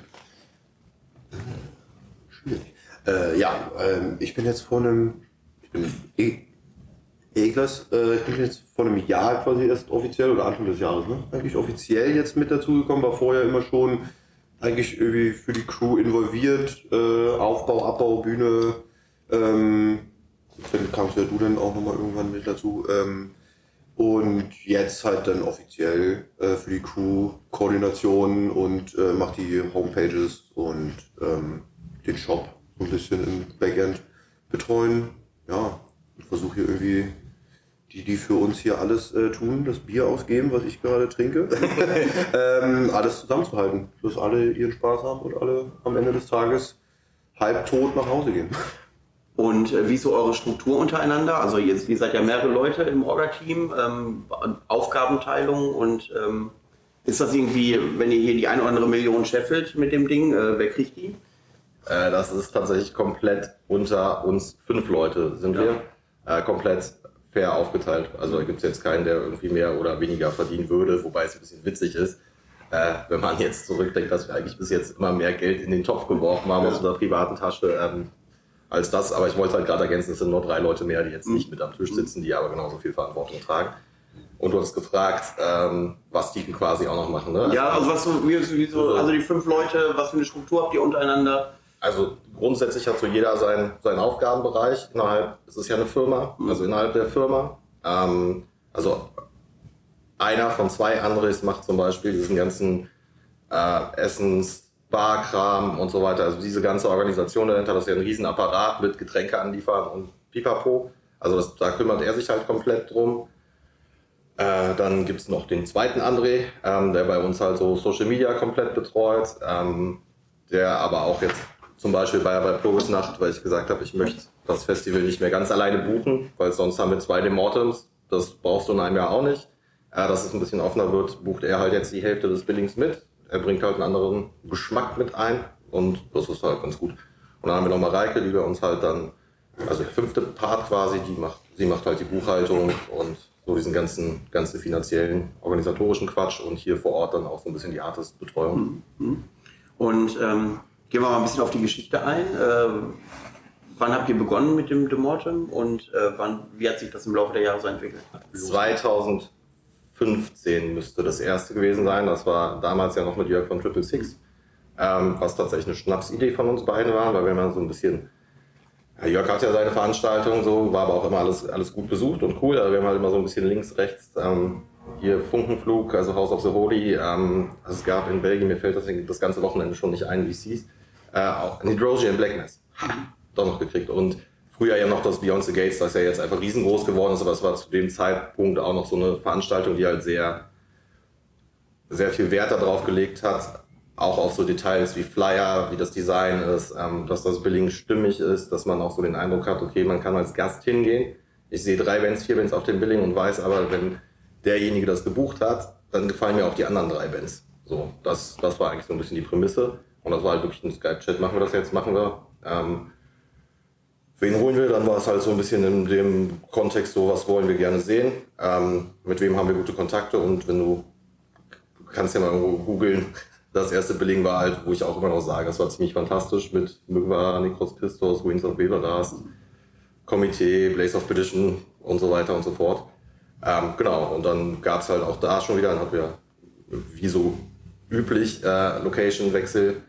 Schwierig. Äh, ja, ähm, ich bin jetzt vor einem... Ich bin eh Niklas, äh, ich bin jetzt vor einem Jahr quasi erst offiziell, oder Anfang des Jahres, ne? Eigentlich offiziell jetzt mit dazugekommen, war vorher immer schon eigentlich irgendwie für die Crew involviert, äh, Aufbau, Abbau, Bühne, ähm, dann kamst ja du dann auch nochmal irgendwann mit dazu, ähm, und jetzt halt dann offiziell äh, für die Crew Koordination und äh, macht die Homepages und ähm, den Shop so ein bisschen im Backend betreuen, ja. Ich versuche hier irgendwie die, die für uns hier alles äh, tun, das Bier ausgeben, was ich gerade trinke, ähm, alles zusammenzuhalten, dass alle ihren Spaß haben und alle am Ende des Tages halbtot nach Hause gehen. Und äh, wie ist so eure Struktur untereinander? Also jetzt, ihr seid ja mehrere Leute im Orga-Team, ähm, Aufgabenteilung und ähm, ist das irgendwie, wenn ihr hier die eine oder andere Million scheffelt mit dem Ding, äh, wer kriegt die? Äh, das ist tatsächlich komplett unter uns fünf Leute sind ja. wir. Äh, komplett fair aufgeteilt. Also da gibt es jetzt keinen, der irgendwie mehr oder weniger verdienen würde, wobei es ein bisschen witzig ist, äh, wenn man jetzt zurückdenkt, dass wir eigentlich bis jetzt immer mehr Geld in den Topf geworfen haben ja. aus unserer privaten Tasche ähm, als das. Aber ich wollte halt gerade ergänzen, es sind nur drei Leute mehr, die jetzt nicht mit am Tisch sitzen, die aber genauso viel Verantwortung tragen. Und du hast gefragt, ähm, was die quasi auch noch machen, ne? Also ja, also was so, wie, wie so, also die fünf Leute, was für eine Struktur habt ihr untereinander? Also grundsätzlich hat so jeder seinen, seinen Aufgabenbereich innerhalb, es ist ja eine Firma, also innerhalb der Firma. Ähm, also einer von zwei Andres macht zum Beispiel diesen ganzen äh, Essens-, Barkram und so weiter. Also diese ganze Organisation dahinter, das ist ja ein Riesenapparat mit Getränke anliefern und Pipapo. Also das, da kümmert er sich halt komplett drum. Äh, dann gibt es noch den zweiten André, ähm, der bei uns halt so Social Media komplett betreut, ähm, der aber auch jetzt zum Beispiel bei, bei Plogisnacht, weil ich gesagt habe, ich möchte das Festival nicht mehr ganz alleine buchen, weil sonst haben wir zwei Demortems, das brauchst du in einem Jahr auch nicht. Äh, dass es ein bisschen offener wird, bucht er halt jetzt die Hälfte des Billings mit. Er bringt halt einen anderen Geschmack mit ein und das ist halt ganz gut. Und dann haben wir noch Mareike, die bei uns halt dann, also der fünfte Part quasi, die macht, sie macht halt die Buchhaltung und so diesen ganzen, ganzen finanziellen, organisatorischen Quatsch und hier vor Ort dann auch so ein bisschen die Artist-Betreuung. Und ähm, gehen wir mal ein bisschen auf die Geschichte ein. Äh, wann habt ihr begonnen mit dem Demortem und äh, wann, wie hat sich das im Laufe der Jahre so entwickelt? zweitausendfünfzehn müsste das erste gewesen sein. Das war damals ja noch mit Jörg von Triple Six, ähm, was tatsächlich eine Schnapsidee von uns beiden war, weil wir immer so ein bisschen... Ja, Jörg hat ja seine Veranstaltung, so, war aber auch immer alles, alles gut besucht und cool. Also wir haben halt immer so ein bisschen links, rechts, ähm, hier Funkenflug, also House of the Holy. Ähm, also es gab in Belgien, mir fällt das das ganze Wochenende schon nicht ein, wie es hieß, äh, auch Nidrosia in Blackness. doch noch gekriegt. Und früher ja noch das Beyond the Gates, das ja jetzt einfach riesengroß geworden ist, aber es war zu dem Zeitpunkt auch noch so eine Veranstaltung, die halt sehr, sehr viel Wert darauf gelegt hat, auch auf so Details wie Flyer, wie das Design ist, ähm, dass das Billing stimmig ist, dass man auch so den Eindruck hat, okay, man kann als Gast hingehen. Ich sehe drei Bands, vier Bands auf dem Billing und weiß aber, wenn derjenige das gebucht hat, dann gefallen mir auch die anderen drei Bands. So, das, das war eigentlich so ein bisschen die Prämisse. Und das war halt wirklich ein Skype-Chat, machen wir das jetzt, machen wir. Ähm, wen holen wir? Dann war es halt so ein bisschen in dem Kontext so, was wollen wir gerne sehen, ähm, mit wem haben wir gute Kontakte und wenn du, du kannst ja mal irgendwo googeln, das erste Billing war halt, wo ich auch immer noch sage, das war ziemlich fantastisch mit Mygwa, Necros Christos, Wings of Weberdas, Komitee, Blaze of Perdition und so weiter und so fort. Ähm, genau, und dann gab es halt auch da schon wieder, dann hatten wir wie so üblich äh, Location-Wechsel,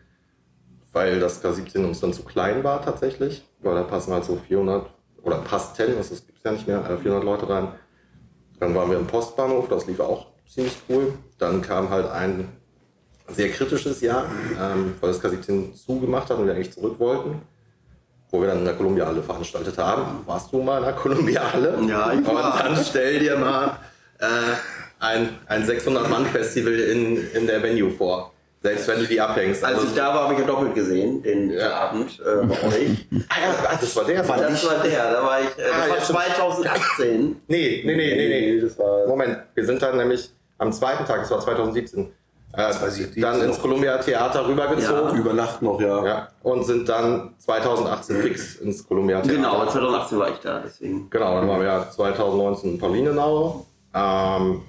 weil das K siebzehn uns dann zu klein war tatsächlich, weil da passen halt so vierhundert oder passten, das gibt es ja nicht mehr, vierhundert Leute rein. Dann waren wir im Postbahnhof, das lief auch ziemlich cool. Dann kam halt ein sehr kritisches Jahr, ähm, weil das K siebzehn zugemacht hat und wir eigentlich zurück wollten, wo wir dann in der Kolumbiale veranstaltet haben. Warst du mal in der Kolumbiale? Ja, ich war. Und dann stell dir mal äh, ein, ein sechshundert-Mann-Festival in, in der Venue vor. Selbst wenn du die abhängst. Als ich da war, habe ich ja doppelt gesehen, den ja. Abend äh, bei euch. Ah ja, das war der. War das war der, da war ich, äh, das ah, war zweitausendachtzehn. Nee, nee, nee, nee, nee. Das war Moment, wir sind dann nämlich am zweiten Tag, das war zweitausendsiebzehn, äh, dann ins Columbia Theater rübergezogen. Ja. Über Nacht noch, ja. ja. Und sind dann zweitausendachtzehn fix ins Columbia Theater. Genau, zweitausendachtzehn war ich da, deswegen. Genau, dann waren wir ja zweitausendneunzehn in Paulinenau. Ähm,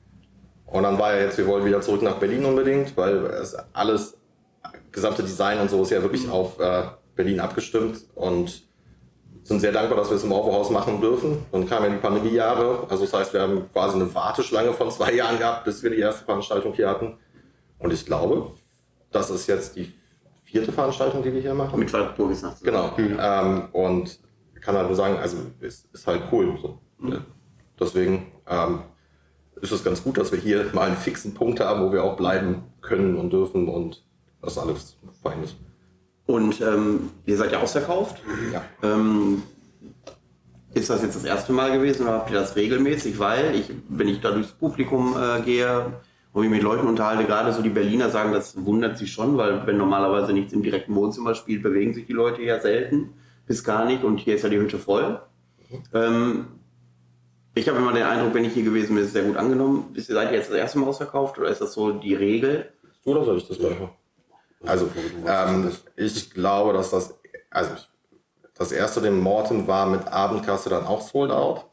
und dann war ja jetzt, wir wollen wieder zurück nach Berlin unbedingt, weil es alles, gesamte Design und so ist ja wirklich auf äh, Berlin abgestimmt und sind sehr dankbar, dass wir es im Aufbauhaus machen dürfen. Dann kamen ja die Pandemiejahre, also das heißt, wir haben quasi eine Warteschlange von zwei Jahren gehabt, bis wir die erste Veranstaltung hier hatten. Und ich glaube, das ist jetzt die vierte Veranstaltung, die wir hier machen. Mit zwei Burgis nachts. Genau. Mhm. Ähm, und ich kann halt nur sagen, also es ist halt cool. So. Mhm. Deswegen ähm, ist es ganz gut, dass wir hier mal einen fixen Punkt haben, wo wir auch bleiben können und dürfen und das alles fein ist. Und ähm, ihr seid ja ausverkauft. Ja. Ähm, ist das jetzt das erste Mal gewesen oder habt ihr das regelmäßig? Weil ich, wenn ich da durchs Publikum äh, gehe und mich mit Leuten unterhalte, gerade so die Berliner sagen, das wundert sie schon, weil wenn normalerweise nichts im direkten Wohnzimmer spielt, bewegen sich die Leute ja selten bis gar nicht und hier ist ja die Hütte voll. Mhm. Ähm, ich habe immer den Eindruck, wenn ich hier gewesen bin, ist es sehr gut angenommen. Seid ihr jetzt das erste Mal ausverkauft oder ist das so die Regel? Oder soll ich das gleich machen? Also, ähm, ich glaube, dass das, also das erste, den Morten war mit Abendkasse dann auch sold out.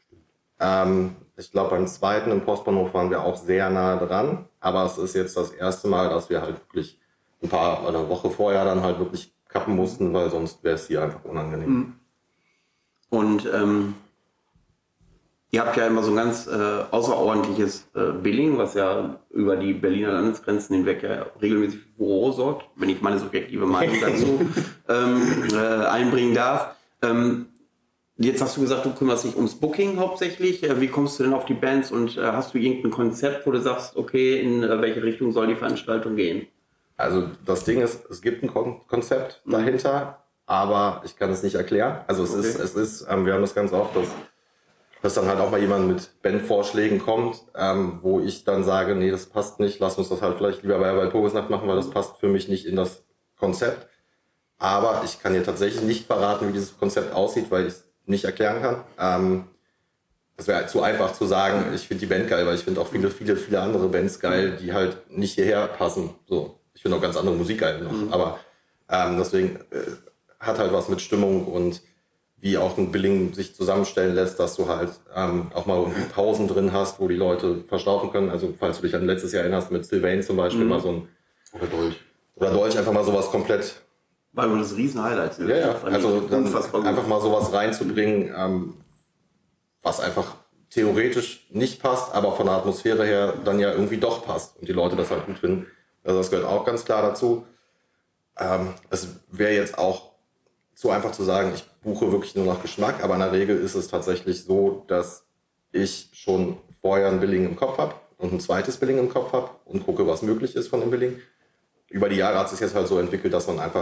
Ähm, ich glaube, beim zweiten im Postbahnhof waren wir auch sehr nah dran. Aber es ist jetzt das erste Mal, dass wir halt wirklich ein paar, oder eine Woche vorher dann halt wirklich kappen mussten, weil sonst wäre es hier einfach unangenehm. Und, ähm, ihr habt ja immer so ein ganz äh, außerordentliches äh, Billing, was ja über die Berliner Landesgrenzen hinweg ja regelmäßig für Furore sorgt, wenn ich meine subjektive Meinung dazu ähm, äh, einbringen darf. Ähm, jetzt hast du gesagt, du kümmerst dich ums Booking hauptsächlich. Äh, wie kommst du denn auf die Bands und äh, hast du irgendein Konzept, wo du sagst, okay, in äh, welche Richtung soll die Veranstaltung gehen? Also das Ding ist, es gibt ein Kon- Konzept dahinter, aber ich kann es nicht erklären. Also es okay. ist, es ist, ähm, wir haben das ganz oft, dass dass dann halt auch mal jemand mit Bandvorschlägen kommt, ähm, wo ich dann sage, nee, das passt nicht, lass uns das halt vielleicht lieber bei, bei Pogosnacht machen, weil das passt für mich nicht in das Konzept. Aber ich kann dir tatsächlich nicht verraten, wie dieses Konzept aussieht, weil ich es nicht erklären kann. Ähm, das wäre halt zu einfach zu sagen, ich finde die Band geil, weil ich finde auch viele, viele, viele andere Bands geil, die halt nicht hierher passen. So, ich finde auch ganz andere Musik geil noch. Mhm. Aber ähm, deswegen äh, hat halt was mit Stimmung und wie auch ein Billing sich zusammenstellen lässt, dass du halt ähm, auch mal irgendwie Pausen drin hast, wo die Leute verschnaufen können. Also falls du dich an letztes Jahr erinnerst mit Sylvain zum Beispiel, mhm. mal so ein oder Dolch. Oder Dolch einfach mal sowas komplett. Weil man das Riesen-Highlight ist. Ja, ja. Also dann einfach mal sowas reinzubringen, ähm, was einfach theoretisch nicht passt, aber von der Atmosphäre her dann ja irgendwie doch passt und die Leute das halt gut finden. Also das gehört auch ganz klar dazu. Ähm, es wäre jetzt auch zu einfach zu sagen, ich buche wirklich nur nach Geschmack, aber in der Regel ist es tatsächlich so, dass ich schon vorher ein Billing im Kopf habe und ein zweites Billing im Kopf habe und gucke, was möglich ist von dem Billing. Über die Jahre hat es sich jetzt halt so entwickelt, dass man einfach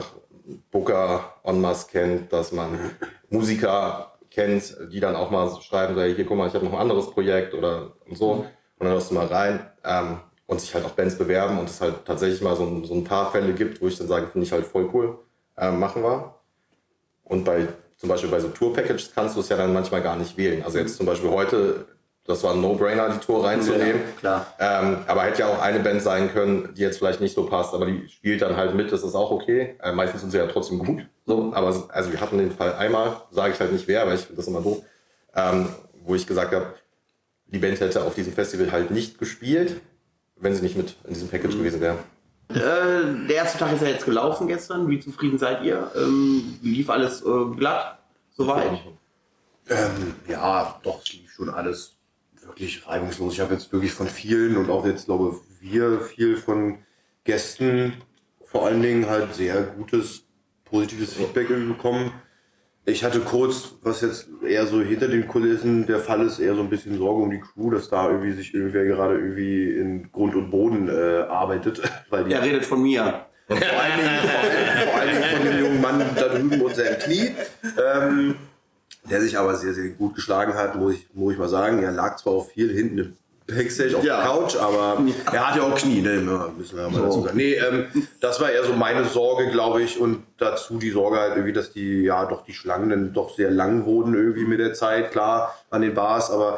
Booker en masse kennt, dass man Musiker kennt, die dann auch mal schreiben, so, hey, hier guck mal, ich habe noch ein anderes Projekt oder und so. Und dann hörst du mal rein ähm, und sich halt auch Bands bewerben und es halt tatsächlich mal so, so ein paar Fälle gibt, wo ich dann sage, finde ich halt voll cool, ähm, machen wir. Und bei zum Beispiel bei so Tour-Packages kannst du es ja dann manchmal gar nicht wählen. Also jetzt zum Beispiel heute, das war ein No-Brainer, die Tour reinzunehmen. Ja, klar. Ähm, aber hätte ja auch eine Band sein können, die jetzt vielleicht nicht so passt, aber die spielt dann halt mit, das ist auch okay. Äh, meistens sind sie ja trotzdem gut. So, aber also wir hatten den Fall einmal, sage ich halt nicht wer, weil ich finde das immer doof, ähm, wo ich gesagt habe, die Band hätte auf diesem Festival halt nicht gespielt, wenn sie nicht mit in diesem Package mhm. gewesen wäre. Äh, der erste Tag ist ja jetzt gelaufen gestern. Wie zufrieden seid ihr? Ähm, lief alles äh, glatt, soweit? Ähm, ja, doch, es lief schon alles wirklich reibungslos. Ich habe jetzt wirklich von vielen und auch jetzt, glaube wir, viel von Gästen vor allen Dingen halt sehr gutes, positives Feedback bekommen. Ich hatte kurz, was jetzt eher so hinter den Kulissen der Fall ist, eher so ein bisschen Sorge um die Crew, dass da irgendwie sich irgendwer gerade irgendwie in Grund und Boden äh, arbeitet. Weil die er redet von mir. Vor allen, Dingen, vor, allen, vor allen Dingen von dem jungen Mann da drüben unter seinem Knie, ähm, der sich aber sehr, sehr gut geschlagen hat, muss ich, muss ich mal sagen. Er lag zwar auch viel hinten im Backstage auf ja. der Couch, aber ja. er hat ja auch Knie, ne? Müssen wir mal so. dazu sagen. Nee, ähm, das war eher so meine Sorge, glaube ich, und dazu die Sorge halt irgendwie, dass die, ja, doch die Schlangen dann doch sehr lang wurden irgendwie mit der Zeit, klar, an den Bars, aber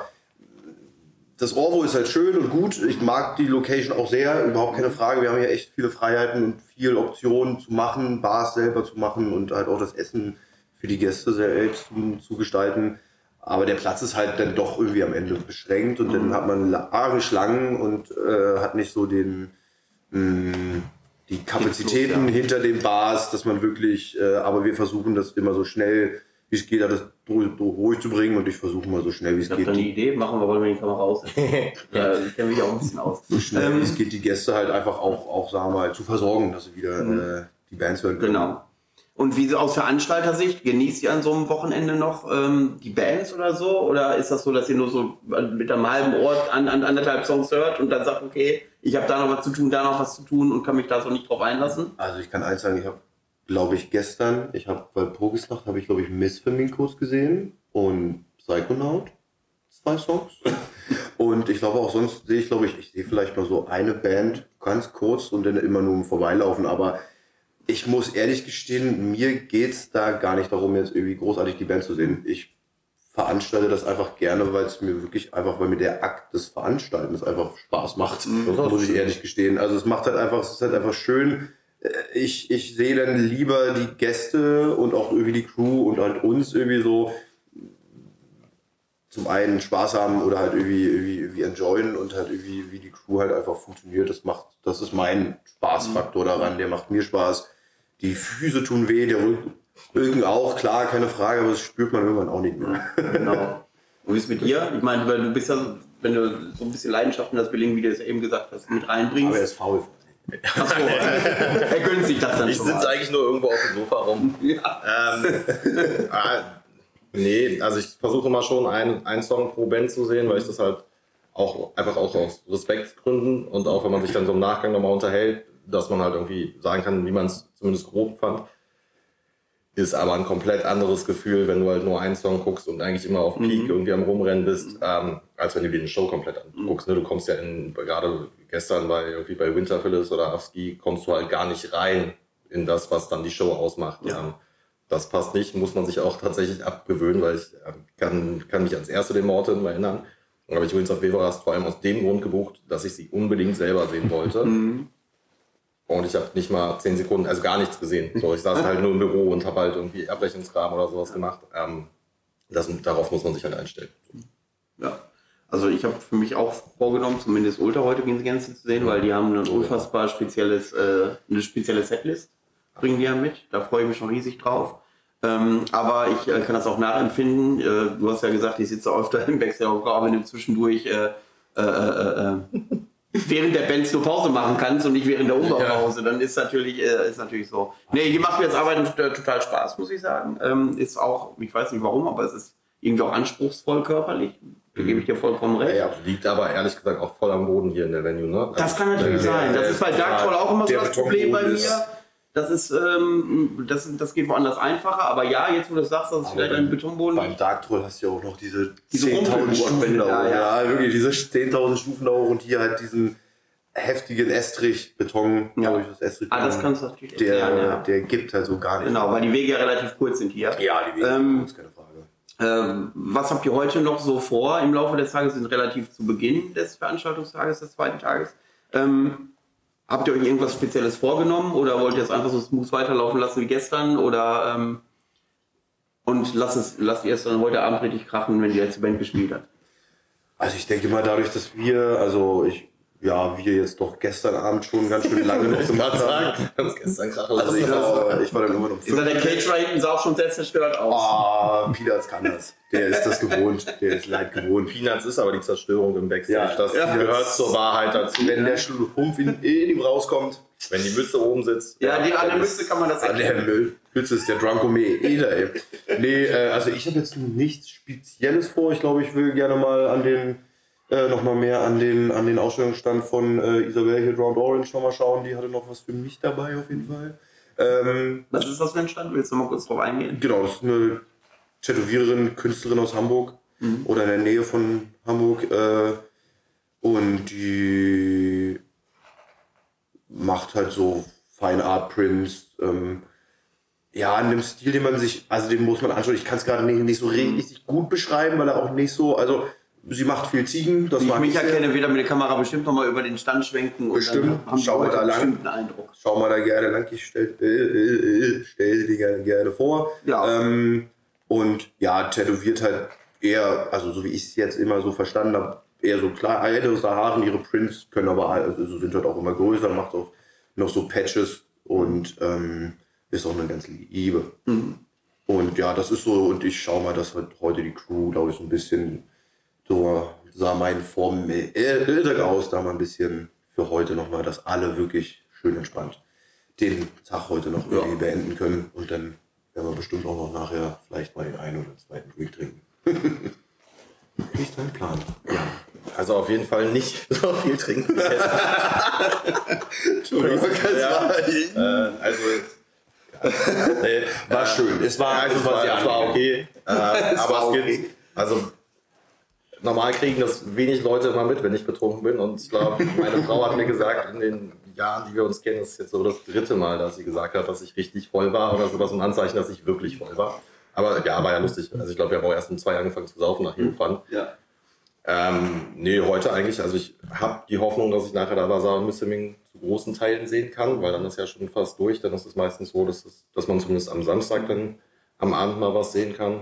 das Orvo ist halt schön und gut. Ich mag die Location auch sehr, überhaupt keine Frage. Wir haben hier echt viele Freiheiten und viele Optionen zu machen, Bars selber zu machen und halt auch das Essen für die Gäste selbst zu, zu gestalten. Aber der Platz ist halt dann doch irgendwie am Ende beschränkt und mhm. dann hat man arge Schlangen und äh, hat nicht so den mh, die Kapazitäten los, ja. hinter den Bars, dass man wirklich, äh, aber wir versuchen das immer so schnell wie es geht, das ruhig zu bringen und ich versuche mal so schnell wie es geht. Ich habe eine Idee, machen wir, wollen wir die Kamera aussetzen. Ja, ich kenne mich auch ein bisschen aus. So schnell ähm, wie es geht, die Gäste halt einfach auch, auch sagen wir mal, zu versorgen, dass sie wieder mhm. äh, die Bands hören können. Genau. Und wie so aus Veranstalter-Sicht, genießt ihr an so einem Wochenende noch ähm, die Bands oder so? Oder ist das so, dass ihr nur so mit einem halben Ort an, an anderthalb Songs hört und dann sagt, okay, ich habe da noch was zu tun, da noch was zu tun und kann mich da so nicht drauf einlassen? Also ich kann eins sagen, ich habe, glaube ich, gestern, ich habe bei Progeslacht, habe ich, glaube ich, Miss Flamingos gesehen und Psychonaut, zwei Songs. Und ich glaube auch sonst sehe ich, glaube ich, ich sehe vielleicht mal so eine Band ganz kurz und dann immer nur im Vorbeilaufen, aber ich muss ehrlich gestehen, mir geht's da gar nicht darum, jetzt irgendwie großartig die Band zu sehen. Ich veranstalte das einfach gerne, weil es mir wirklich einfach, weil mir der Akt des Veranstaltens einfach Spaß macht. Das muss ich ehrlich gestehen. Also es macht halt einfach, es ist halt einfach schön. Ich, ich sehe dann lieber die Gäste und auch irgendwie die Crew und halt uns irgendwie so zum einen Spaß haben oder halt irgendwie, irgendwie, irgendwie enjoyen und halt irgendwie, wie die Crew halt einfach funktioniert. Das macht, das ist mein Spaßfaktor daran. Der macht mir Spaß. Die Füße tun weh, der Rücken auch, klar, keine Frage, aber das spürt man irgendwann auch nicht mehr. Genau. Und wie ist es mit dir? Ich meine, du bist ja, wenn du so ein bisschen Leidenschaft in das Billing, wie du es eben gesagt hast, mit reinbringst. Aber er ist faul. Achso, er gönnt sich das dann ich schon. Ich sitze eigentlich nur irgendwo auf dem Sofa rum. Ja. Ähm, ah, nee, also ich versuche mal schon einen, einen Song pro Band zu sehen, weil ich das halt auch einfach auch aus Respektgründen und auch wenn man sich dann so im Nachgang nochmal unterhält, dass man halt irgendwie sagen kann, wie man es zumindest grob fand. Ist aber ein komplett anderes Gefühl, wenn du halt nur einen Song guckst und eigentlich immer auf Peak mhm. irgendwie am Rumrennen bist, ähm, als wenn du dir eine Show komplett anguckst. Mhm. Ne? Du kommst ja in, gerade gestern bei irgendwie bei Winterfillis oder Afski, kommst du halt gar nicht rein in das, was dann die Show ausmacht. Ja. Ähm, das passt nicht, muss man sich auch tatsächlich abgewöhnen, weil ich äh, kann, kann mich ans erste den Morten erinnern. Aber ich Winds of Weverast vor allem aus dem Grund gebucht, dass ich sie unbedingt selber sehen wollte. Mhm. Und ich habe nicht mal zehn Sekunden, also gar nichts gesehen. So, ich saß halt nur im Büro und habe halt irgendwie Abrechnungskram oder sowas gemacht. Ähm, das, darauf muss man sich halt einstellen. Ja, also ich habe für mich auch vorgenommen, zumindest Ultra heute gehen sie gerne zu sehen, weil die haben ein unfassbar spezielles, äh, eine spezielle Setlist, bringen die ja mit. Da freue ich mich schon riesig drauf. Ähm, aber ich äh, kann das auch nachempfinden. Äh, du hast ja gesagt, ich sitze öfter im Backstage, auch wenn du zwischendurch äh, äh, äh, äh, während der Bands nur Pause machen kannst und nicht während der Umbaupause, dann ist natürlich, äh, ist natürlich so. Nee, hier macht mir das Arbeiten total Spaß, muss ich sagen. Ähm, ist auch, ich weiß nicht warum, aber es ist irgendwie auch anspruchsvoll körperlich. Da gebe ich dir vollkommen recht. Ja, ja, liegt aber ehrlich gesagt auch voll am Boden hier in der Venue, ne? Das kann natürlich äh, sein. Das ist bei Dark Troll auch immer so das Problem bei mir, Das ist, ähm, das, das geht woanders einfacher, aber ja, jetzt wo du das sagst, das ist vielleicht ein Betonboden. Beim Dark Troll hast du ja auch noch diese, diese zehntausend Stufen da hoch. Ja, ja. Ja, wirklich, diese zehntausend Stufen da hoch und hier halt diesen heftigen Estrich-Beton. Ja. Das Estrich ah, das kannst du natürlich der, erklären, ja. der gibt halt so gar nicht. Genau, weil die Wege ja relativ kurz sind hier. Ja, die Wege ähm, kurz, keine Frage. Ähm, was habt ihr heute noch so vor im Laufe des Tages? Wir sind relativ zu Beginn des Veranstaltungstages, des zweiten Tages. Ähm, habt ihr euch irgendwas Spezielles vorgenommen oder wollt ihr es einfach so smooth weiterlaufen lassen wie gestern? Oder ähm, und lasst es, lasst ihr es dann heute Abend richtig krachen, wenn die letzte Band gespielt hat? Also ich denke mal dadurch, dass wir, also ich, ja, wir jetzt doch gestern Abend schon ganz schön lange noch gemacht haben. Wir haben es gestern krachen Also ich war, ich war dann irgendwann um Ist der Caterer hinten sah auch schon sehr zerstört aus. Ah, Peanuts kann das. Der ist das gewohnt. Der ist leid gewohnt. Peanuts ist aber die Zerstörung im Backstage. Ja, das ja. gehört zur Wahrheit dazu. Wenn der Schlumpf in, in ihm rauskommt, Wenn die Mütze oben sitzt. Ja, die, an der dann Mütze kann man das an der erkennen. Müll. Mütze ist der Drunko-Me-Eder, ey. Nee, äh, also ich habe jetzt nichts Spezielles vor. Ich glaube, ich will gerne mal an den, äh, noch mal mehr an den, an den Ausstellungsstand von äh, Isabel hier, Drowned Orange, noch mal schauen. Die hatte noch was für mich dabei, auf jeden Fall. Ähm, Was ist das für ein Stand? Willst du mal kurz drauf eingehen? Genau, das ist eine Tätowiererin, Künstlerin aus Hamburg mhm. oder in der Nähe von Hamburg. Äh, und die macht halt so Fine Art Prints. Ähm, ja, in dem Stil, den man sich, also den muss man anschauen. Ich kann es gerade nicht, nicht so richtig gut beschreiben, weil er auch nicht so, also sie macht viel Ziegen. Das Wie ich mag mich sehr. erkenne, wird er mit der Kamera bestimmt nochmal über den Stand schwenken. Bestimmt. Und dann haben Schau mal die da Leute lang. bestimmt einen Eindruck. Schau mal da gerne lang, ich stell, äh, äh, stell dir gerne, gerne vor. Ja. Ähm, und ja, tätowiert halt eher, also so wie ich es jetzt immer so verstanden habe, eher so klar, ältere Haaren, ihre Prints können aber, also sind halt auch immer größer, macht auch noch so Patches und ähm, ist auch eine ganz liebe. Mhm. Und ja, das ist so, und ich schau mal, dass halt heute die Crew, glaube ich, so ein bisschen, so sah mein Form älter aus, da mal ein bisschen für heute nochmal, dass alle wirklich schön entspannt den Tag heute noch irgendwie ja. beenden können. Und dann werden wir bestimmt auch noch nachher vielleicht mal den einen oder zweiten Drink trinken. Nicht dein Plan. Ja. Also auf jeden Fall nicht so viel trinken. Entschuldigung, ja, äh, also ja. nee, war äh, schön. Es war, also es war, es war okay. Äh, aber war es okay. gibt, also normal kriegen das wenig Leute immer mit, wenn ich betrunken bin. Und ich glaube, meine Frau hat mir gesagt, in den Jahren, die wir uns kennen, das ist jetzt so das dritte Mal, dass sie gesagt hat, dass ich richtig voll war oder so, das ist ein Anzeichen, dass ich wirklich voll war. Aber ja, war ja lustig. Also ich glaube, wir haben auch erst um zwei angefangen zu saufen nach jedem Fun. Ja. Ähm, nee, heute eigentlich, also ich habe die Hoffnung, dass ich nachher da Bazaar und Mississippi zu großen Teilen sehen kann, weil dann ist ja schon fast durch. Dann ist es meistens so, dass, es, dass man zumindest am Samstag dann am Abend mal was sehen kann.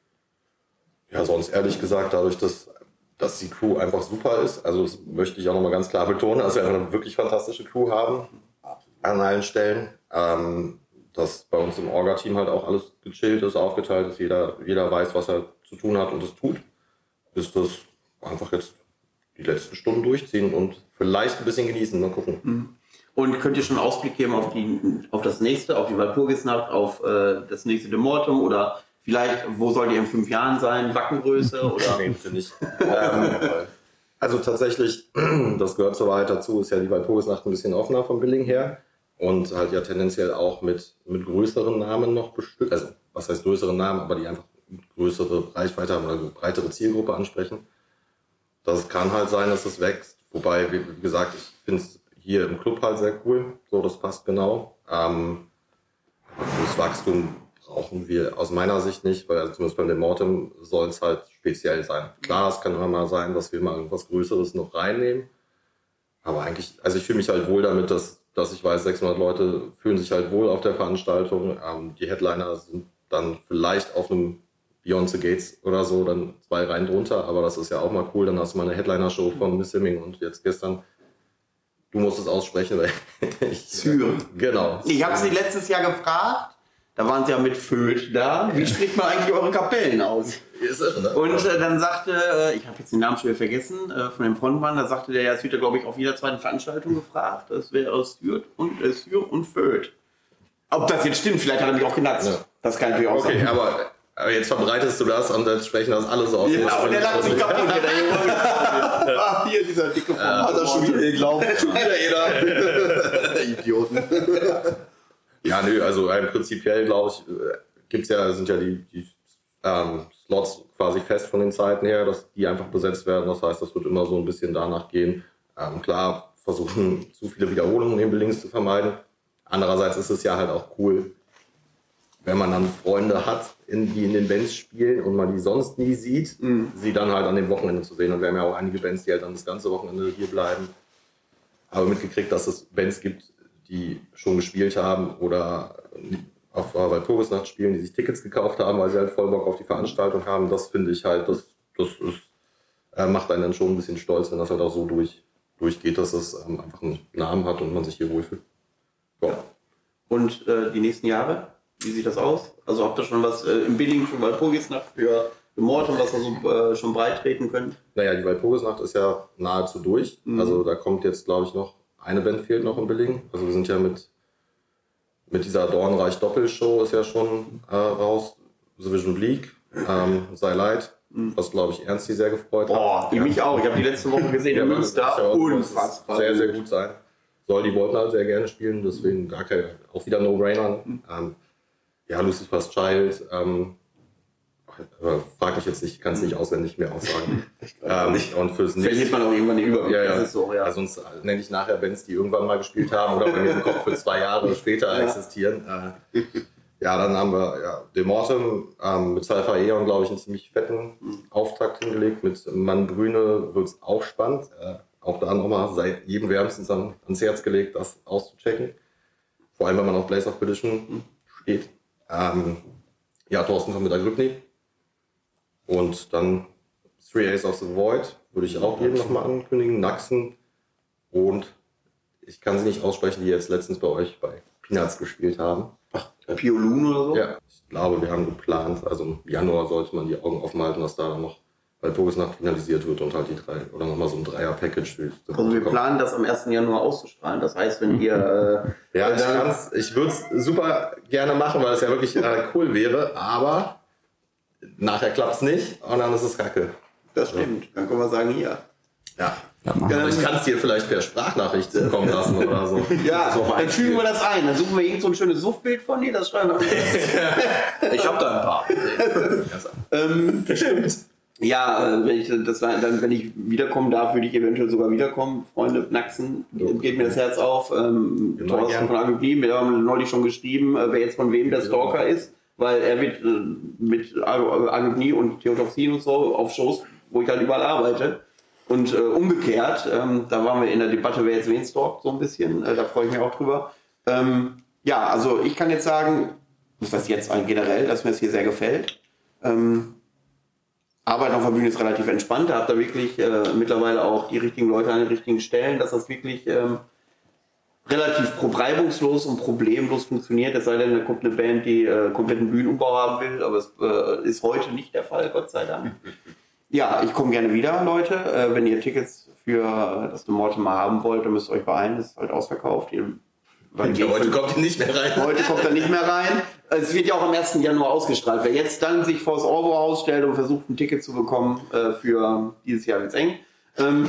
Ja, sonst ehrlich gesagt, dadurch, dass, dass die Crew einfach super ist, also das möchte ich auch nochmal ganz klar betonen, dass wir eine wirklich fantastische Crew haben an allen Stellen. Ähm, dass bei uns im Orga-Team halt auch alles gechillt ist, aufgeteilt ist, jeder, jeder weiß, was er zu tun hat und es tut. Ist das einfach jetzt die letzten Stunden durchziehen und vielleicht ein bisschen genießen, mal gucken. Und könnt ihr schon Ausblick geben auf, die, auf das nächste, auf die Walpurgisnacht, auf äh, das nächste Demortum oder vielleicht, wo sollt ihr in fünf Jahren sein, Wackengröße oder? Nee, bitte nicht. ähm, also tatsächlich, das gehört zur Wahrheit dazu, ist ja die Walpurgisnacht ein bisschen offener vom Billing her und halt ja tendenziell auch mit, mit größeren Namen noch bestückt, also was heißt größere Namen, aber die einfach größere Reichweite haben oder eine breitere Zielgruppe ansprechen. Das kann halt sein, dass es wächst. Wobei, wie gesagt, ich finde es hier im Club halt sehr cool. So, das passt genau. Ähm, das Wachstum brauchen wir aus meiner Sicht nicht, weil also zumindest beim Demortem soll es halt speziell sein. Klar, es kann immer mal sein, dass wir mal irgendwas Größeres noch reinnehmen. Aber eigentlich, also ich fühle mich halt wohl damit, dass, dass ich weiß, sechshundert Leute fühlen sich halt wohl auf der Veranstaltung. Ähm, die Headliner sind dann vielleicht auf einem Beyond the Gates oder so, dann zwei Reihen drunter, aber das ist ja auch mal cool, dann hast du mal eine Headliner-Show von Miss Simming und jetzt gestern, du musst es aussprechen, weil ich... Syr. Genau. Ich habe sie letztes Jahr gefragt, da waren sie ja mit Föth da, wie spricht man eigentlich eure Kapellen aus? Ist es, ne? Und äh, dann sagte, äh, ich habe jetzt den Namen schon wieder vergessen, äh, von dem Frontmann, da sagte der, ja, es wird ja glaube ich auf jeder zweiten Veranstaltung gefragt, das wäre aus Syr und, äh, Syr und Föth. Ob das jetzt stimmt, vielleicht hat er mich auch genatzt. Ja. Das kann natürlich auch okay, sein. aber... Aber jetzt verbreitest du das und dann sprechen das alle so aus. Ja, und der lacht sich kaputt. Ah, hier dieser dicke Form. Hat er schon wieder geglaubt. Schon wieder jeder. Idioten. Ja, Ja, nö, also äh, prinzipiell glaube ich, äh, gibt's ja, sind ja die, die ähm, Slots quasi fest von den Zeiten her, dass die einfach besetzt werden. Das heißt, das wird immer so ein bisschen danach gehen. Ähm, klar, versuchen zu viele Wiederholungen in Billings zu vermeiden. Andererseits ist es ja halt auch cool, wenn man dann Freunde hat, in, die in den Bands spielen und man die sonst nie sieht, mhm. sie dann halt an dem Wochenende zu sehen. Und wir haben ja auch einige Bands, die halt dann das ganze Wochenende hier bleiben. Aber mitgekriegt, dass es Bands gibt, die schon gespielt haben oder auf Walpurgisnacht spielen, die sich Tickets gekauft haben, weil sie halt voll Bock auf die Veranstaltung haben. Das finde ich halt, das, das ist, äh, macht einen dann schon ein bisschen stolz, wenn das halt auch so durch, durchgeht, dass es ähm, einfach einen Namen hat und man sich hier wohlfühlt. Ja. Und äh, die nächsten Jahre? Wie sieht das aus? Also habt ihr schon was äh, im Billing schon Walpurgisnacht für Mord, was ihr so äh, schon breit treten könnt? Naja, die Walpurgisnacht ist ja nahezu durch. Mhm. Also da kommt jetzt, glaube ich, noch, eine Band fehlt noch in Billing. Also wir sind ja mit, mit dieser Dornreich-Doppelshow ist ja schon äh, raus. The Vision Bleak, ähm, Sei Leid, mhm. was, glaube ich, Ernsti sehr gefreut Boah, hat. Boah, mich auch. Ich habe die letzte Woche gesehen in Münster. Unfassbar. Sehr, sehr gut sein. Soll die wollten halt sehr gerne spielen, deswegen gar kein, auch wieder No-Brainer. Mhm. Ähm, ja, Lucifer's Child, ähm, frag mich jetzt nicht, kann es nicht auswendig mehr aussagen. ähm, und fürs nächste verliert man auch irgendwann den Überblick. Ja, ja. Das ist so, ja. Also sonst nenne ich nachher Bands, die irgendwann mal gespielt haben oder bei mir im Kopf für zwei Jahre später ja. existieren. Äh, ja, dann haben wir ja, Demortem ähm, mit Cypher Eon, glaube ich, einen ziemlich fetten Auftakt hingelegt. Mit Mann Brüne wird es auch spannend. Äh, auch da nochmal seit jedem wärmstens an, ans Herz gelegt, das auszuchecken. Vor allem, wenn man auf Blaze of Perdition steht. Ähm, ja, Thorsten kommt mit Agripni. Und dann Three Ace of the Void würde ich auch jedem nochmal ankündigen. Naxen. Und ich kann sie nicht aussprechen, die jetzt letztens bei euch bei Peanuts gespielt haben. Ach, Piolun oder so? Ja, ich glaube, wir haben geplant, also im Januar sollte man die Augen offen halten, dass da dann noch Walpurgisnacht finalisiert wird und halt die drei, oder nochmal so ein Dreier-Package. Also wir planen das am ersten Januar auszustrahlen. Das heißt, wenn ihr... Äh, ja, ich kann's, ich würde es super gerne machen, weil es ja wirklich äh, cool wäre, aber nachher klappt es nicht und dann ist es kacke. Das stimmt. Dann können wir sagen, hier. Ja. Ja, ähm, ich kann es dir vielleicht per Sprachnachricht kommen lassen oder so. Ja, so dann fügen wir das ein. Dann suchen wir irgend so ein schönes Suffbild von dir, das schreiben wir. Ich habe da ein paar. ähm, stimmt. Ja, wenn ich, das, dann, wenn ich wiederkommen darf, würde ich eventuell sogar wiederkommen. Freunde, Naxen, geht mir das Herz auf. Ähm, genau, Thorsten von Agognie, wir haben neulich schon geschrieben, wer jetzt von wem der Stalker ist, weil er wird äh, mit Agognie und Theodoxin und so auf Shows, wo ich halt überall arbeite. Und äh, umgekehrt, ähm, da waren wir in der Debatte, wer jetzt wen stalkt, so ein bisschen, äh, da freue ich mich auch drüber. Ähm, ja, also ich kann jetzt sagen, das heißt jetzt generell, dass mir es hier sehr gefällt. Ähm, Arbeit auf der Bühne ist relativ entspannt, da habt ihr wirklich äh, mittlerweile auch die richtigen Leute an den richtigen Stellen, dass das wirklich ähm, relativ reibungslos und problemlos funktioniert, es sei denn, da kommt eine Band, die äh, kompletten Bühnenumbau haben will, aber es äh, ist heute nicht der Fall, Gott sei Dank. Ja, ich komme gerne wieder, Leute, äh, wenn ihr Tickets für das Demortem mal haben wollt, dann müsst ihr euch beeilen, das ist halt ausverkauft. Ihr Weil ja, heute kommt er nicht mehr rein. Heute kommt er nicht mehr rein. Es wird ja auch am ersten Januar ausgestrahlt. Wer jetzt dann sich vor das Orwo-Haus stellt und versucht, ein Ticket zu bekommen, äh, für dieses Jahr wird's eng. Ähm,